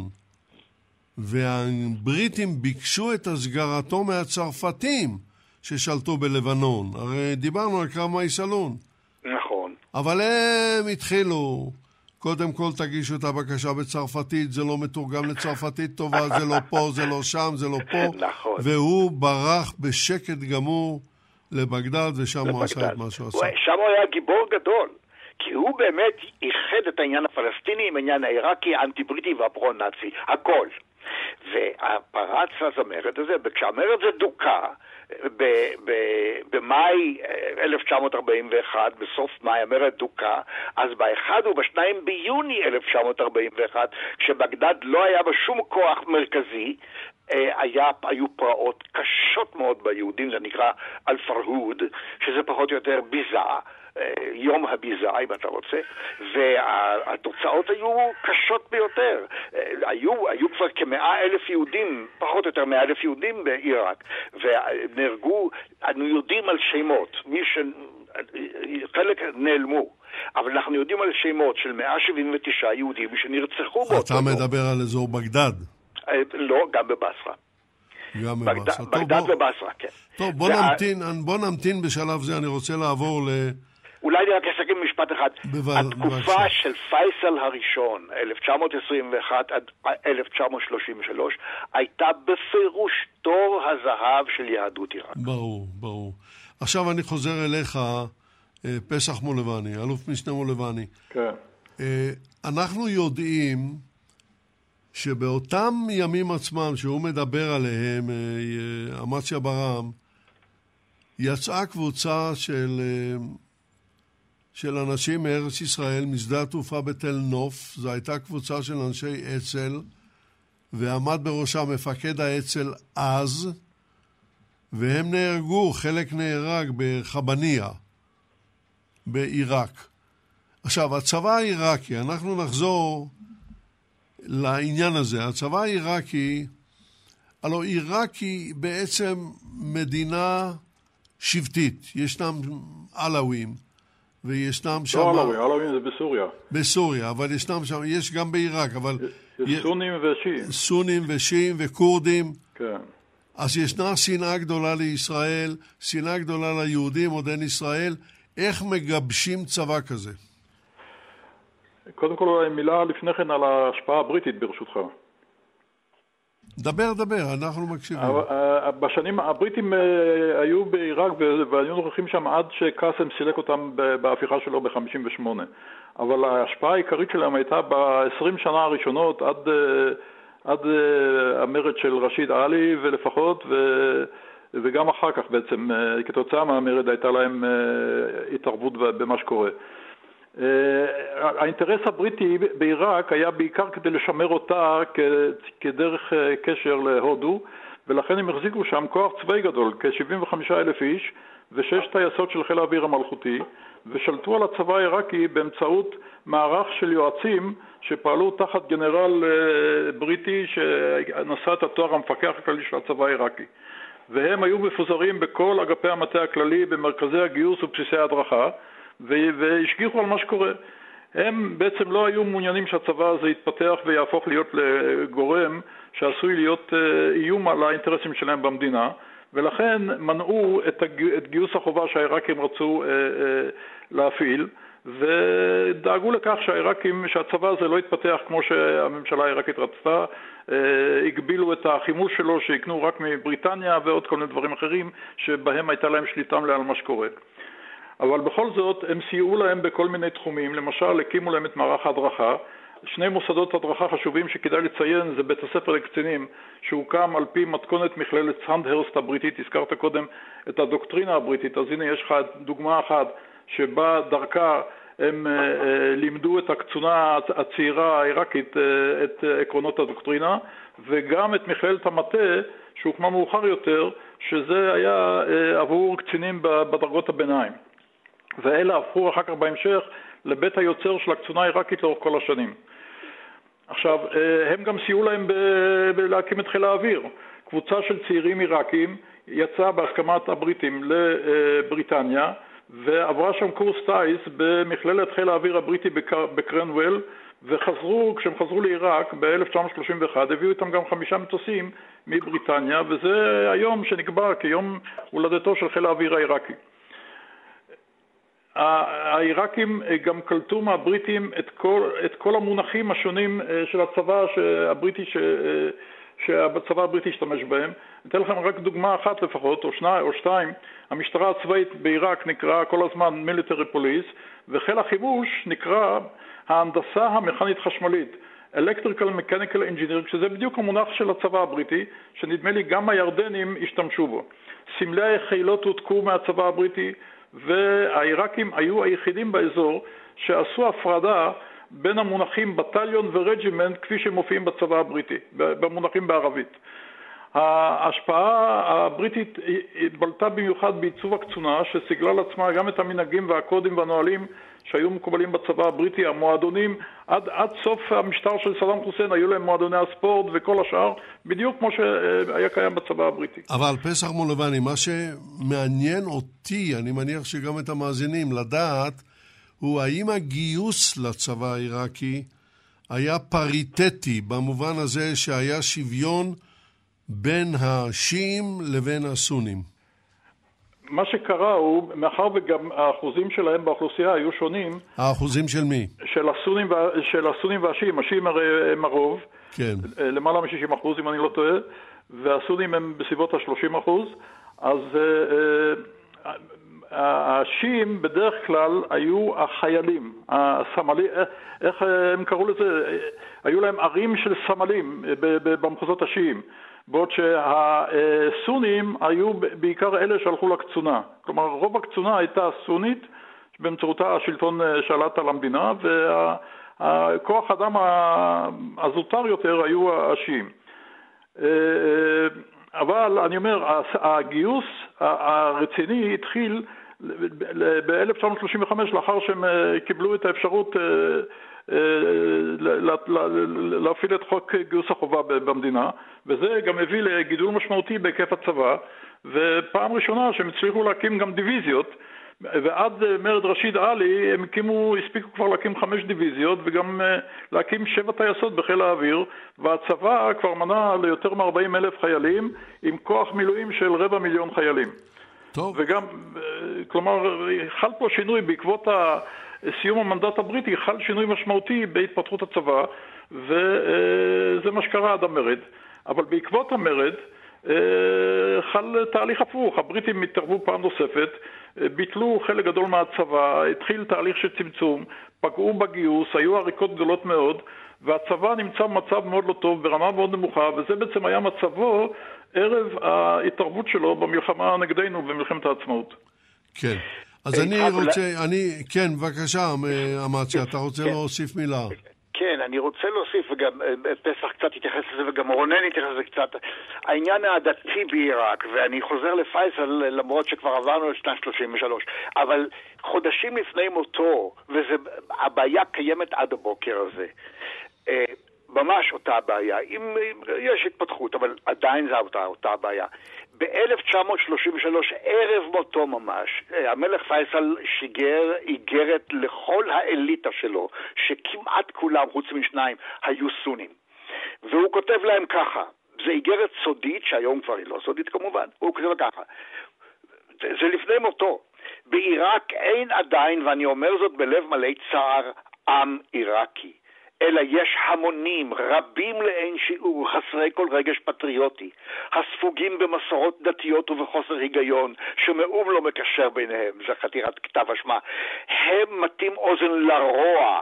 והבריטים ביקשו את הסגרתו מהצרפתים ששלטו בלבנון. הרי דיברנו על קרב מייסלון. נכון. אבל הם התחילו, קודם כל תגישו את הבקשה בצרפתית, זה לא מתורגם לצרפתית טובה, זה לא פה, זה לא שם, זה לא פה. נכון. והוא ברח בשקט גמור לבגדד, ושם הוא עשה את מה שהוא עשה. שם הוא היה גיבור גדול, כי הוא באמת איחד את העניין הפלסטיני עם העניין העיראקי, האנטי-בריטי והפרו-נאצי, הכל. והפרץ אז המרד הזה, וכשהמרד זה דוקה, במאי אלף תשע מאות ארבעים ואחת, בסוף מאי המרד דוקה, אז באחד ובשניים ביוני אלף תשע מאות ארבעים ואחת, כשבגדד לא היה בשום כוח מרכזי, היה, היו פרעות קשות מאוד ביהודים, זה נקרא אל-פרהוד, שזה פחות או יותר ביזה, יום הביזה, אם אתה רוצה, והתוצאות היו קשות ביותר. היו, היו כבר כמאה אלף יהודים, פחות או יותר מאה אלף יהודים בעיראק, ונהרגו, אנו יודעים על שמות, מי ש... חלק נעלמו, אבל אנחנו יודעים על שמות של מאה שבעים ותשעה יהודים שנרצחו באותו. אתה מדבר על אזור בגדד? לא, גם בבסרה. גם בבסרה. בגדד ובסרה, כן. טוב, בוא נמתין, בוא נמתין בשלב זה, אני רוצה לעבור ל... אולי אני רק אסכם משפט אחד. התקופה של פייסל הראשון, אלף תשע מאות עשרים ואחת עד אלף תשע מאות שלושים ושלוש, הייתה בפירוש תור הזהב של יהדות עיראק. ברור, ברור. עכשיו אני חוזר אליך, פסח מולבני, אלוף משנה מולבני. כן. אנחנו יודעים שבאותם ימים עצמם שהוא מדבר עליהם, אמציה ברם, יצאה קבוצה של, של אנשים מארץ ישראל, משדה התעופה בתל נוף. זו הייתה קבוצה של אנשי אצ"ל, ועמד בראשה מפקד האצ"ל אז, והם נהרגו, חלק נהרג בחבניה, בעיראק. עכשיו, הצבא העיראקי, אנחנו נחזור לעניין הזה. הצבא העיראקי, הלוא עיראק היא בעצם מדינה שבטית. ישנם עלווים, וישנם שם... לא עלווים, עלווים זה בסוריה. בסוריה, אבל ישנם שם, יש גם בעיראק, אבל... יש סונים ושיעים. סונים ושיעים וכורדים. כן. אז ישנה שנאה גדולה לישראל, שנאה גדולה ליהודים, עוד אין ישראל. איך מגבשים צבא כזה? קודם כל, מילה לפני כן על ההשפעה הבריטית, ברשותך. דבר, דבר, אנחנו מקשיבים. בשנים, הבריטים היו בעיראק והיו נוכחים שם עד שקאסם סילק אותם בהפיכה שלו ב-חמישים ושמונה. אבל ההשפעה העיקרית שלהם הייתה ב-עשרים שנה הראשונות עד, עד המרד של רשיד עלי ולפחות, ו, וגם אחר כך בעצם, כתוצאה מהמרד הייתה להם התערבות במה שקורה. האינטרס הבריטי בעיראק היה בעיקר כדי לשמר אותה כדרך קשר להודו, ולכן הם החזיקו שם כוח צבאי גדול, כ-שבעים וחמישה אלף איש ושש טייסות של חיל האוויר המלכותי, ושלטו על הצבא העיראקי באמצעות מערך של יועצים שפעלו תחת גנרל בריטי שנשא את התואר המפקח הכללי של הצבא העיראקי, והם היו מפוזרים בכל אגפי המטה הכללי, במרכזי הגיוס ובסיסי ההדרכה, והשגיחו על מה שקורה. הם בעצם לא היו מעוניינים שהצבא הזה יתפתח ויהפוך להיות לגורם שעשוי להיות איום על האינטרסים שלהם במדינה, ולכן מנעו את גיוס החובה שהעיראקים רצו להפעיל, ודאגו לכך שהעיראקים, שהצבא הזה לא יתפתח כמו שהממשלה העיראקית רצתה. הגבילו את החימוש שלו שיקנו רק מבריטניה ועוד כל מיני דברים אחרים שבהם הייתה להם שליטה מלאה על מה שקורה. אבל בכל זאת הם סייעו להם בכל מיני תחומים. למשל, הקימו להם את מערך ההדרכה. שני מוסדות הדרכה חשובים שכדאי לציין זה בית הספר לקצינים, שהוקם על פי מתכונת מכללת סנדהרסט הבריטית. הזכרת קודם את הדוקטרינה הבריטית, אז הנה יש לך דוגמה אחת שבה דרכה הם לימדו את הקצונה הצעירה העיראקית את עקרונות הדוקטרינה, וגם את מכללת המטה שהוקמה מאוחר יותר, שזה היה עבור קצינים בדרגות הביניים. ואלה הפכו אחר כך בהמשך לבית היוצר של הקצונה העיראקית לאורך כל השנים. עכשיו, הם גם סייעו להם להקים את חיל האוויר. קבוצה של צעירים עיראקים יצאה בהסכמת הבריטים לבריטניה, ועברה שם קורס טייס במכללת חיל האוויר הבריטי בקרנוול, וחזרו, כשהם חזרו לעיראק ב-אלף תשע מאות שלושים ואחת, הביאו איתם גם חמישה מטוסים מבריטניה, וזה היום שנקבע כיום הולדתו של חיל האוויר העיראקי. העיראקים גם קלטו מהבריטים את כל, את כל המונחים השונים של הצבא הבריטי, ש, שהצבא הבריטי השתמש בהם. אתן לכם רק דוגמה אחת לפחות, או, שני, או שתיים. המשטרה הצבאית בעיראק נקרא כל הזמן military police, וחיל החימוש נקרא ההנדסה המכנית חשמלית, electrical mechanical engineering, שזה בדיוק המונח של הצבא הבריטי, שנדמה לי גם הירדנים השתמשו בו. סמלי החילות הותקו מהצבא הבריטי, והעיראקים היו היחידים באזור שעשו הפרדה בין המונחים בטליון ורג'ימנט כפי שמופיעים בצבא הבריטי, במונחים בערבית. ההשפעה הבריטית בלטה במיוחד בעיצוב הקצונה, שסיגלה לעצמה גם את המנהגים והקודים והנהלים שהיו מקובלים בצבא הבריטי. המועדונים, עד, עד סוף המשטר של סדאם חוסיין היו להם מועדוני הספורט וכל השאר, בדיוק כמו שהיה קיים בצבא הבריטי. אבל פסח מולבני, מה שמעניין אותי, אני מניח שגם את המאזינים, לדעת, הוא האם הגיוס לצבא העיראקי היה פריטטי, במובן הזה שהיה שוויון בין השיעים לבין הסונים. מה שקרה הוא, מאחר וגם האחוזים שלהם באוכלוסייה היו שונים. האחוזים של מי? של הסונים, של הסונים והשיעים. השיעים הם הרוב, כן. למעלה מ-שישים אחוז אם אני לא טועה, והסונים הם בסביבות ה-שלושים אחוז. אז השיעים בדרך כלל היו החיילים, הסמלים, איך הם קראו לזה? היו להם ערים של סמלים במחוזות השיעים, בעוד שהסונים היו בעיקר אלה שהלכו לקצונה. כלומר, רוב הקצונה הייתה סונית, באמצעותה השלטון שלט על המדינה, והכוח האדם הזוטר יותר היו השיעים. אבל אני אומר, הגיוס הרציני התחיל ב-אלף תשע מאות שלושים וחמש, לאחר שהם קיבלו את האפשרות להפעיל את חוק גיוס החובה במדינה, וזה גם הביא לגידול משמעותי בהיקף הצבא, ופעם ראשונה שהם הצליחו להקים גם דיוויזיות, ועד מרד רשיד עלי הם הקימו, הספיקו כבר להקים חמש דיוויזיות וגם להקים שבע טייסות בחיל האוויר, והצבא כבר מנה ליותר מ-ארבעים אלף חיילים עם כוח מילואים של רבע מיליון חיילים. טוב. וגם, כלומר, חל פה שינוי בעקבות סיום המנדט הבריטי, חל שינוי משמעותי בהתפתחות הצבא, וזה מה שקרה עד המרד. אבל בעקבות המרד חל תהליך הפוך, הבריטים התערבו פעם נוספת, ביטלו חלק גדול מהצבא, התחיל תהליך של צמצום, פגעו בגיוס, היו עריקות גדולות מאוד, והצבא נמצא במצב מאוד לא טוב, ברמה מאוד נמוכה, וזה בעצם היה מצבו ערב ההתערבות שלו במלחמה נגדנו, במלחמת העצמאות. כן. אז אני רוצה, אני, כן, בבקשה, אמציה, אתה רוצה להוסיף מילה? כן, אני רוצה להוסיף, וגם פסח קצת התייחס לזה, וגם רונן התייחס לזה קצת, העניין הדתי בעיראק, ואני חוזר לפייסל, למרות שכבר עברנו את שנת שלושים ושלוש, אבל חודשים לפני מותו, והבעיה קיימת עד הבוקר הזה, ממש אותה הבעיה, אם יש התפתחות, אבל עדיין זה אותה, אותה הבעיה. ב-אלף תשע מאות שלושים ושלוש, ערב מותו ממש, המלך פייסל שיגר איגרת לכל האליטה שלו, שכמעט כולם, חוץ משניים, היו סונים. והוא כותב להם ככה, זה איגרת סודית, שהיום כבר היא לא סודית כמובן, הוא כותב ככה, זה לפני מותו, בעיראק אין עדיין, ואני אומר זאת בלב מלא צער, עם עיראקי. אלא יש המונים, רבים לאין שיעור, חסרי כל רגש פטריוטי, הספוגים במסורות דתיות ובחוסר היגיון, שמאום לא מקשר ביניהם, זה חתירת כתב אשמה. הם מטים אוזן לרוע,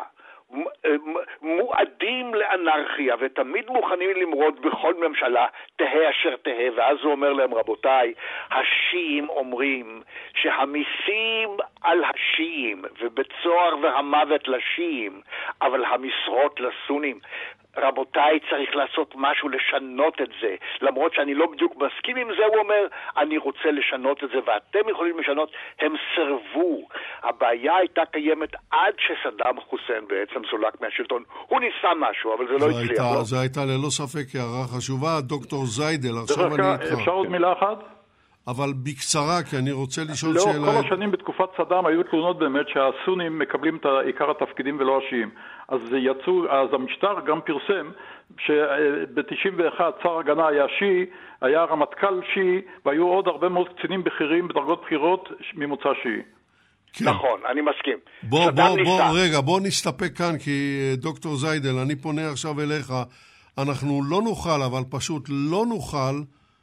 מועדים לאנרכיה, ותמיד מוכנים למרוד בכל ממשלה, תהה אשר תהה. ואז הוא אומר להם, רבותיי, השיעים אומרים שהמיסים על השיעים, ובצוער והמוות לשיעים, אבל המשרות לסונים. רבותיי, צריך לעשות משהו לשנות את זה. למרות שאני לא בדיוק מסכים עם זה, הוא אומר, אני רוצה לשנות את זה, ואתם יכולים לשנות. הם סרבו. הבעיה הייתה קיימת עד שסדאם חוסיין בעצם סולק מהשלטון. הוא ניסה משהו, אבל זה לא הצליח. לא? זה הייתה ללא ספק הערה חשובה. דוקטור זיידל, עכשיו אני איתך. אפשר עוד מילה אחת? אבל בקצרה, כי אני רוצה לשאול לא, שאלה... לא, כל השנים בתקופת סדאם היו תלונות באמת שהסונים מקבלים את עיקר התפקידים ולא השיעים. אז יצאו, אז המשטר גם פרסם שב-תשעים ואחת צר הגנה היה שיעי, היה רמטכ"ל שיעי, והיו עוד הרבה מאוד קצינים בכירים בדרגות בחירות ממוצא שיעי. כן. נכון, אני מסכים. בוא, בוא, בוא, רגע, בוא נסתפק כאן, כי דוקטור זיידל, אני פונה עכשיו אליך, אנחנו לא נוכל, אבל פשוט לא נוכל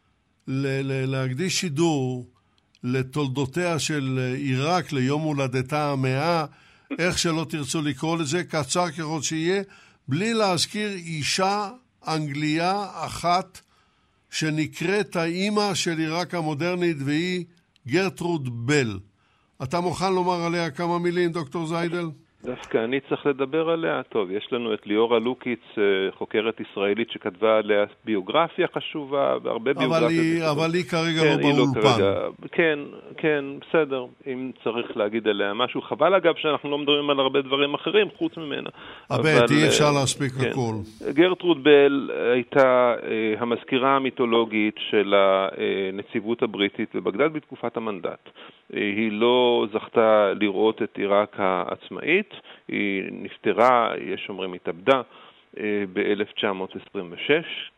להקדיש שידור לתולדותיה של עיראק, ליום הולדתה המאה, איך שלא תרצו לקרוא לזה, קצר ככל שיהיה, בלי להזכיר אישה אנגליה אחת שנקראת האימא של עיראק המודרנית, והיא גרטרוד בל. אתה מוכן לומר עליה כמה מילים, דוקטור זיידל? דווקא אני צריך לדבר עליה. טוב, יש לנו את ליאורה לוקיץ, חוקרת ישראלית שכתבה עליה ביוגרפיה חשובה, והרבה ביוגרפיות. אבל, אבל היא כרגע כן, לא באולפן. לא כן, כן, בסדר. אם צריך להגיד עליה משהו. חבל אגב שאנחנו לא מדברים על הרבה דברים אחרים חוץ ממנה. הבאת, אי אפשר להספיק כן. הכל. גרטרוד בל הייתה uh, המזכירה המיתולוגית של הנציבות הבריטית בבגדד בתקופת המנדט. היא לא זכתה לראות את עיראק העצמאית, היא נפטרה, יש אומרים התאבדה, ב-אלף תשע מאות עשרים ושש,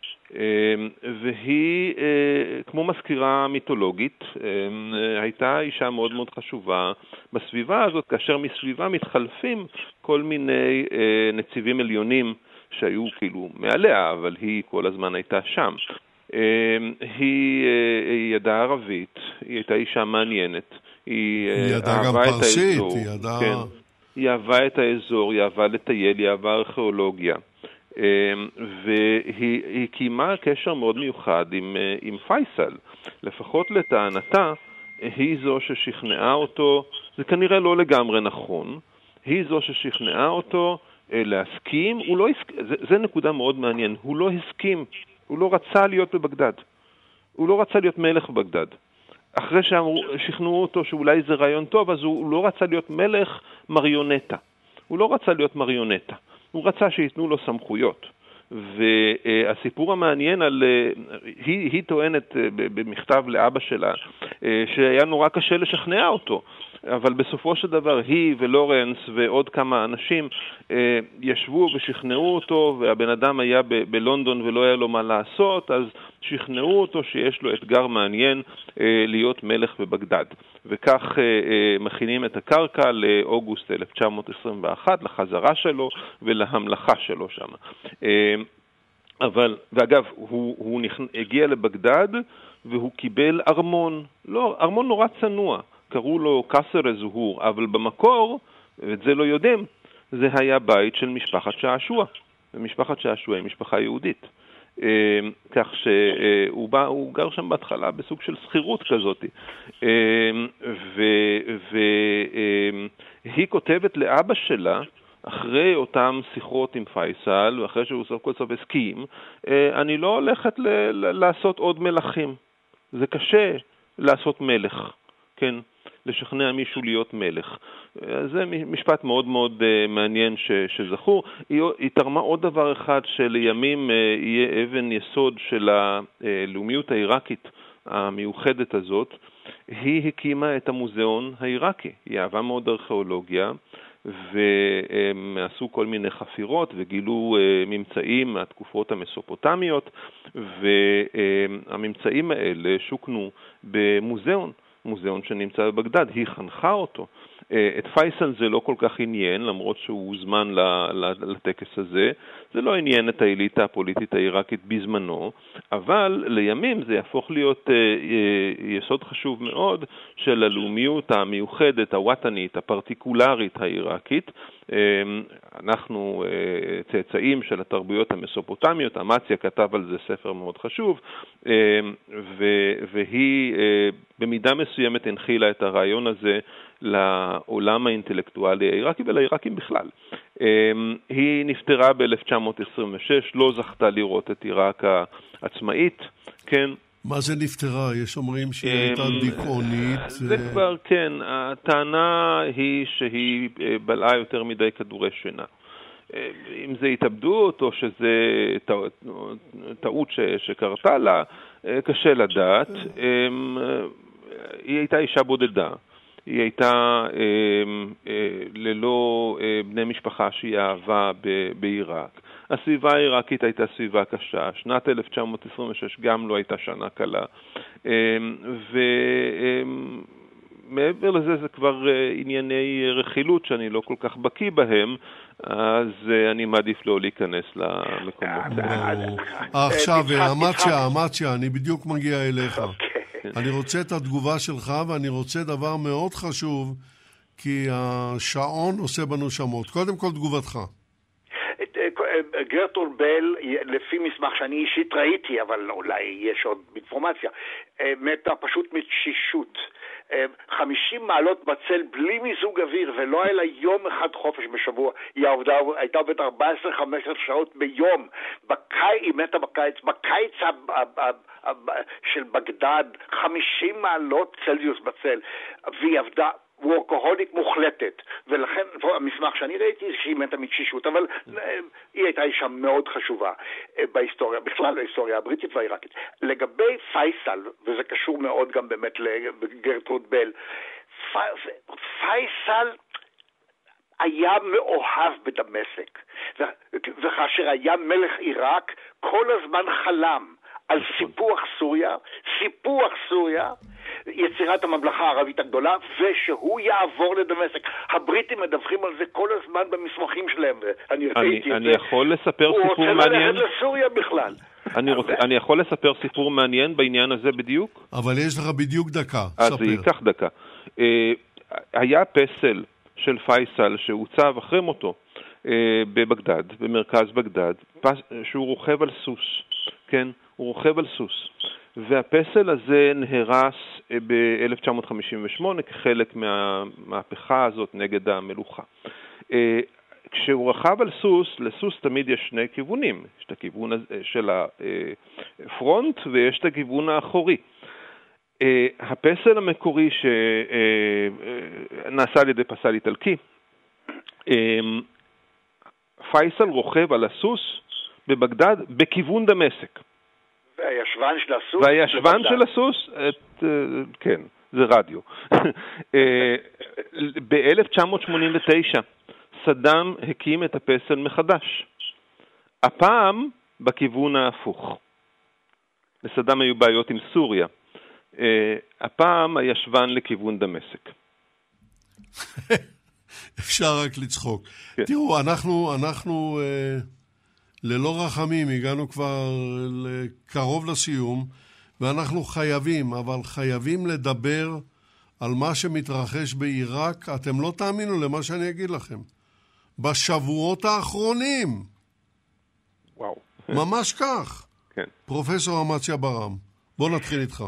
והיא, כמו מזכירה מיתולוגית, הייתה אישה מאוד מאוד חשובה בסביבה הזאת, כאשר מסביבה מתחלפים כל מיני נציבים עליונים שהיו כאילו מעליה, אבל היא כל הזמן הייתה שם. היא ידעה ערבית, היא הייתה אישה מעניינת, היא ידעה גם פרסית, היא ידעה... כן. היא אהבה את האזור, היא אהבה לטייל, היא אהבה ארכיאולוגיה. והיא קיימה קשר מאוד מיוחד עם, עם פייסל. לפחות לטענתה, היא זו ששכנעה אותו, זה כנראה לא לגמרי נכון, היא זו ששכנעה אותו להסכים, הוא לא הסכים, זה, זה נקודה מאוד מעניין, הוא לא הסכים, הוא לא רצה להיות בבגדד, הוא לא רצה להיות מלך בבגדד. אחרי ששכנעו אותו שאולי זה רעיון טוב, אז הוא לא רצה להיות מלך מריונטה. הוא לא רצה להיות מריונטה. הוא רצה שיתנו לו סמכויות. והסיפור המעניין על... היא, היא טוענת במכתב לאבא שלה שהיה נורא קשה לשכנע אותו. אבל בסופו של דבר היא ולורנס ועוד כמה אנשים ישבו ושכנעו אותו, והבן אדם היה ב- בלונדון ולא היה לו מה לעשות, אז שכנעו אותו שיש לו אתגר מעניין להיות מלך בבגדד. וכך מכינים את הקרקע לאוגוסט אלף תשע מאות עשרים ואחת, לחזרה שלו ולהמלכה שלו שם. אבל, ואגב, הוא, הוא הגיע לבגדד והוא קיבל ארמון, לא, ארמון נורא צנוע. קראו לו קסר הזוהור, אבל במקור, ואת זה לא יודעים, זה היה בית של משפחת שעשוע. ומשפחת שעשוע היא משפחה יהודית. כך שהוא בא, הוא גר שם בהתחלה בסוג של שכירות כזאת. והיא כותבת לאבא שלה, אחרי אותם שיחות עם פייסל, ואחרי שהוא סוף כל סוף הסכים, אני לא הולכת לעשות עוד מלכים. זה קשה לעשות מלך. כן, לשכנע מישהו להיות מלך. זה משפט מאוד מאוד מעניין ש, שזכור. היא, היא תרמה עוד דבר אחד שלימים יהיה אבן יסוד של הלאומיות העיראקית המיוחדת הזאת. היא הקימה את המוזיאון העיראקי. היא אהבה מאוד ארכיאולוגיה, והם עשו כל מיני חפירות וגילו ממצאים מהתקופות המסופוטמיות, והממצאים האלה שוכנו במוזיאון. מוזיאון שנמצא בבגדד, היא חנכה אותו. את פייסל זה לא כל כך עניין, למרות שהוא הוזמן לטקס הזה. זה לא עניין את האליטה הפוליטית העיראקית בזמנו, אבל לימים זה יהפוך להיות יסוד חשוב מאוד של הלאומיות המיוחדת, הווטנית, הפרטיקולרית העיראקית. אנחנו צאצאים של התרבויות המסופוטמיות, אמציה כתב על זה ספר מאוד חשוב, והיא במידה מסוימת הנחילה את הרעיון הזה לעולם האינטלקטואלי העיראקי ולעיראקים בכלל. היא נפטרה ב-אלף תשע מאות עשרים ושש, לא זכתה לראות את עיראק העצמאית, כן. מה זה נפטרה? יש אומרים שהיא הייתה דיכאונית. זה כבר, כן. הטענה היא שהיא בלעה יותר מדי כדורי שינה. אם זה התאבדות או שזה טעות שקרתה לה, קשה לדעת. היא הייתה אישה בודדה. היא הייתה אה, אה, ללא אה, בני משפחה שהיא אהבה ב- בעיראק. הסביבה העיראקית הייתה סביבה קשה. שנת אלף תשע מאות עשרים ושש גם לא הייתה שנה קלה. אה, ומעבר לזה זה כבר אה, ענייני רכילות שאני לא כל כך בקיא בהם, אז אה, אני מעדיף לא להיכנס למקומות. עכשיו, אמציה, אמציה, אני בדיוק מגיע אליך. אני רוצה את התגובה שלך, ואני רוצה דבר מאוד חשוב, כי השעון עושה בנו שמות. קודם כל תגובתך. גרטולד בל, לפי מסמך שאני אישית ראיתי, אבל אולי יש עוד אינפורמציה, מתה פשוט מתשישות. חמישים מעלות בצל בלי מיזוג אוויר, ולא היה לה יום אחד חופש בשבוע. היא עבדה, הייתה עובדת ארבע עשרה חמש עשרה שעות ביום. בקיץ, היא מתה בקיץ, בקיץ של בגדד, חמישים מעלות צלזיוס בצל, והיא עבדה וורקוהוליק מוחלטת, ולכן המסמך שאני ראיתי שהיא מתה מתשישות, אבל היא הייתה אישה מאוד חשובה בהיסטוריה, בכלל ההיסטוריה הבריטית והעיראקית. לגבי פייסל, וזה קשור מאוד גם באמת לגרטרוד בל, פייסל היה מאוהב בדמשק, וכאשר היה מלך עיראק, כל הזמן חלם על סיפוח סוריה, סיפוח סוריה, יצירת הממלכה הערבית הגדולה, ושהוא יעבור לדמשק. הבריטים מדווחים על זה כל הזמן במסמכים שלהם. אני ראיתי את זה. אני יכול לספר סיפור מעניין? הוא רוצה ללכת לסוריה בכלל. אני, רוצה, אני יכול לספר סיפור מעניין בעניין הזה בדיוק? אבל יש לך בדיוק דקה. אז זה ייקח דקה. היה פסל של פייסל שהוצב אחרי מותו בבגדד, במרכז בגדד, שהוא רוכב על סוס, כן? הוא רוכב על סוס. והפסל הזה נהרס ב-אלף תשע מאות חמישים ושמונה כחלק מהמהפכה הזאת נגד המלוכה. כשהוא רכב על סוס, לסוס תמיד יש שני כיוונים. יש את הכיוון של הפרונט ויש את הכיוון האחורי. הפסל המקורי שנעשה על ידי פסל איטלקי, פייסל רוכב על הסוס בבגדד בכיוון דמשק. והישבן של הסוס? והישבן של הסוס, את, כן, זה רדיו. ב-אלף תשע מאות שמונים ותשע סדאם הקים את הפסל מחדש. הפעם בכיוון ההפוך. לסדאם היו בעיות עם סוריה. הפעם הישבן לכיוון דמשק. אפשר רק לצחוק. כן. תראו, אנחנו, אנחנו אה, ללא רחמים הגענו כבר קרוב לסיום, ואנחנו חייבים, אבל חייבים לדבר על מה שמתרחש בעיראק. אתם לא תאמינו למה שאני אגיד לכם. בשבועות האחרונים. וואו. ממש כך. כן. פרופסור אמציה ברם, בוא נתחיל איתך.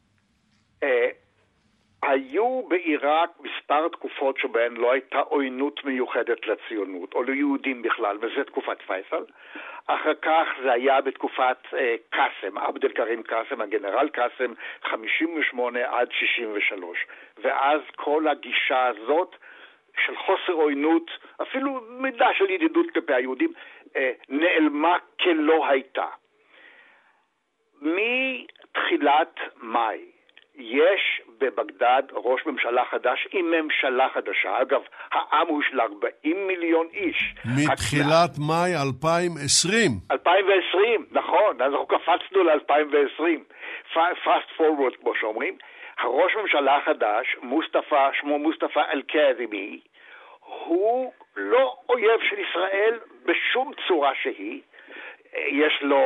היו בעיראק מספר תקופות שבהן לא הייתה עוינות מיוחדת לציונות, או ליהודים בכלל, וזה תקופת פייסל. אחר כך זה היה בתקופת אה, קאסם, עבד אל כרים קאסם, הגנרל קאסם, חמישים ושמונה עד שישים ושלוש. ואז כל הגישה הזאת של חוסר עוינות, אפילו מידה של ידידות כלפי היהודים, אה, נעלמה כלא הייתה. מתחילת מאי, יש בבגדד ראש ממשלה חדש עם ממשלה חדשה. אגב, העם הוא של ארבעים מיליון איש. מתחילת מאי אלפיים ועשרים. אלפיים ועשרים, נכון. אז אנחנו קפצנו ל-אלפיים ועשרים. fast forward, כמו שאומרים. הראש ממשלה החדש, מוסטפא, שמו מוסטפא אל-כאזימי, הוא לא אויב של ישראל בשום צורה שהיא. יש לו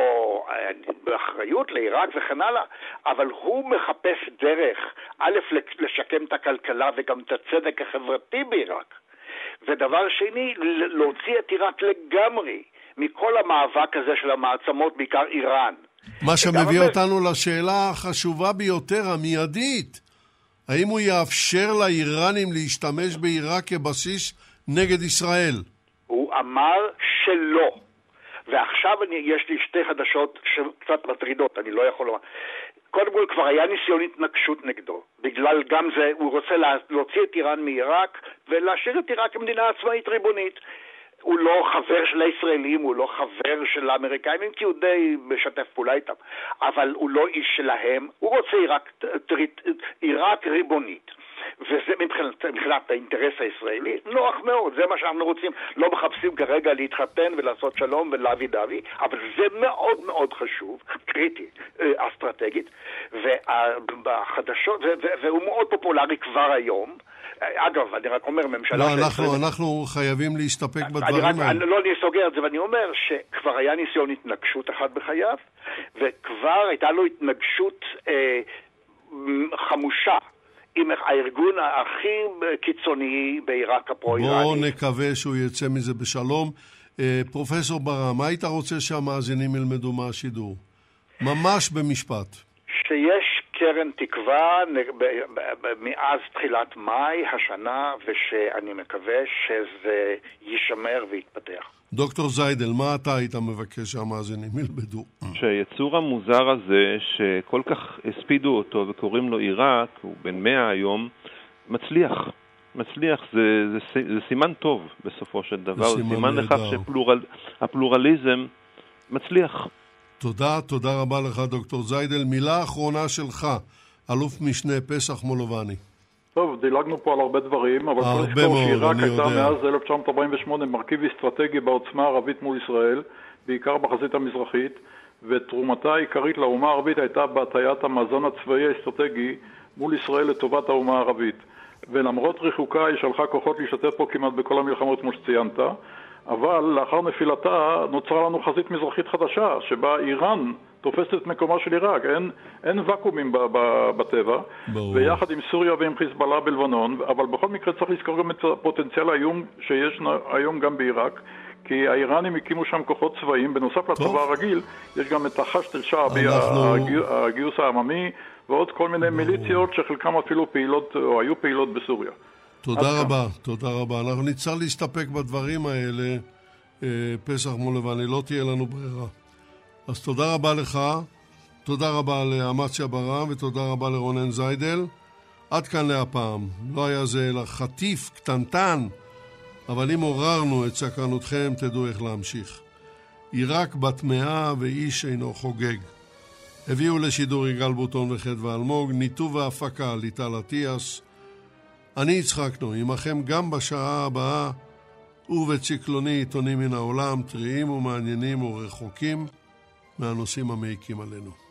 אחריות לעיראק וכן הלאה, אבל הוא מחפש דרך, א', לשקם את הכלכלה וגם את הצדק החברתי בעיראק, ודבר שני, להוציא את עיראק לגמרי מכל המאבק הזה של המעצמות, בעיקר איראן. מה שמביא אותנו לשאלה החשובה ביותר, המיידית. האם הוא יאפשר לאיראנים להשתמש בעיראק כבסיס נגד ישראל? הוא אמר שלא. ועכשיו אני, יש לי שתי חדשות שקצת מטרידות, אני לא יכול לומר. קודם כל כבר היה ניסיון התנגשות נגדו. בגלל גם זה הוא רוצה להוציא את איראן מעיראק ולהשאיר את עיראק כמדינה עצמאית ריבונית. הוא לא חבר של הישראלים, הוא לא חבר של האמריקאים, כי הוא די משתף פעולה איתם. אבל הוא לא איש שלהם, הוא רוצה עיראק, עיראק ריבונית. וזה מבחינת, מבחינת האינטרס הישראלי נוח מאוד, זה מה שאנחנו רוצים. לא מחפשים כרגע להתחתן ולעשות שלום ולהביא דווי, אבל זה מאוד מאוד חשוב, קריטי, אסטרטגית, והחדשות, והוא מאוד פופולרי כבר היום. אגב, אני רק אומר, ממשלה... לא, אנחנו, אנחנו חייבים להסתפק בדברים האלה. אני, לא, אני סוגר את זה, ואני אומר שכבר היה ניסיון התנגשות אחד בחייו, וכבר הייתה לו התנגשות אה, חמושה, עם הארגון הכי קיצוני בעיראק הפרו-איראני. בואו נקווה שהוא יצא מזה בשלום. פרופסור ברם, מה היית רוצה שהמאזינים ילמדו מהשידור? ממש במשפט. שיש קרן תקווה מאז תחילת מאי השנה, ושאני מקווה שזה יישמר ויתפתח. דוקטור זיידל, מה אתה היית מבקש שהמאזינים ילמדו? שהיצור המוזר הזה, שכל כך הספידו אותו וקוראים לו עיראק, הוא בן מאה היום, מצליח. מצליח, זה, זה, זה סימן טוב בסופו של דבר. זה סימן לכך שהפלורליזם מצליח. תודה, תודה רבה לך דוקטור זיידל. מילה אחרונה שלך, אלוף משנה פסח מולובני. טוב, דילגנו פה על הרבה דברים, אבל כל לזכור שעיראק הייתה מאז אלף תשע מאות ארבעים ושמונה מרכיב אסטרטגי בעוצמה הערבית מול ישראל, בעיקר בחזית המזרחית, ותרומתה העיקרית לאומה הערבית הייתה בהטיית המאזן הצבאי האסטרטגי מול ישראל לטובת האומה הערבית. ולמרות רחוקה היא שלחה כוחות להשתתף פה כמעט בכל המלחמות כמו שציינת, אבל לאחר נפילתה נוצרה לנו חזית מזרחית חדשה, שבה איראן תופסת את מקומה של עיראק. אין, אין וקומים ב, ב, בטבע, ברור. ויחד עם סוריה ועם חיזבאללה בלבנון, אבל בכל מקרה צריך לזכור גם את הפוטנציאל האיום שיש היום גם בעיראק, כי האיראנים הקימו שם כוחות צבאיים, בנוסף לצבא הרגיל, יש גם את החשט אל-שעבי, אנחנו... הגיוס העממי, ועוד כל מיני מיליציות שחלקם אפילו פעילות, או היו פעילות בסוריה. תודה רבה, תודה רבה. אנחנו נצטרך להסתפק בדברים האלה, פסח מולבני, לא תהיה לנו ברירה. אז תודה רבה לך, תודה רבה לאמציה ברם, ותודה רבה לרונן זיידל. עד כאן להפעם. לא היה זה אלא חטיף קטנטן, אבל אם עוררנו את סקרנותכם, תדעו איך להמשיך. עיראק בת מאה ואיש אינו חוגג. הביאו לשידור יגאל בוטון וחדווה אלמוג, ניתוב והפקה ליטל אטיאס. אני יצחק נוי, עמכם גם בשעה הבאה, ובציקלוני עיתונים מן העולם, טריים ומעניינים ורחוקים מהנושאים המעיקים עלינו.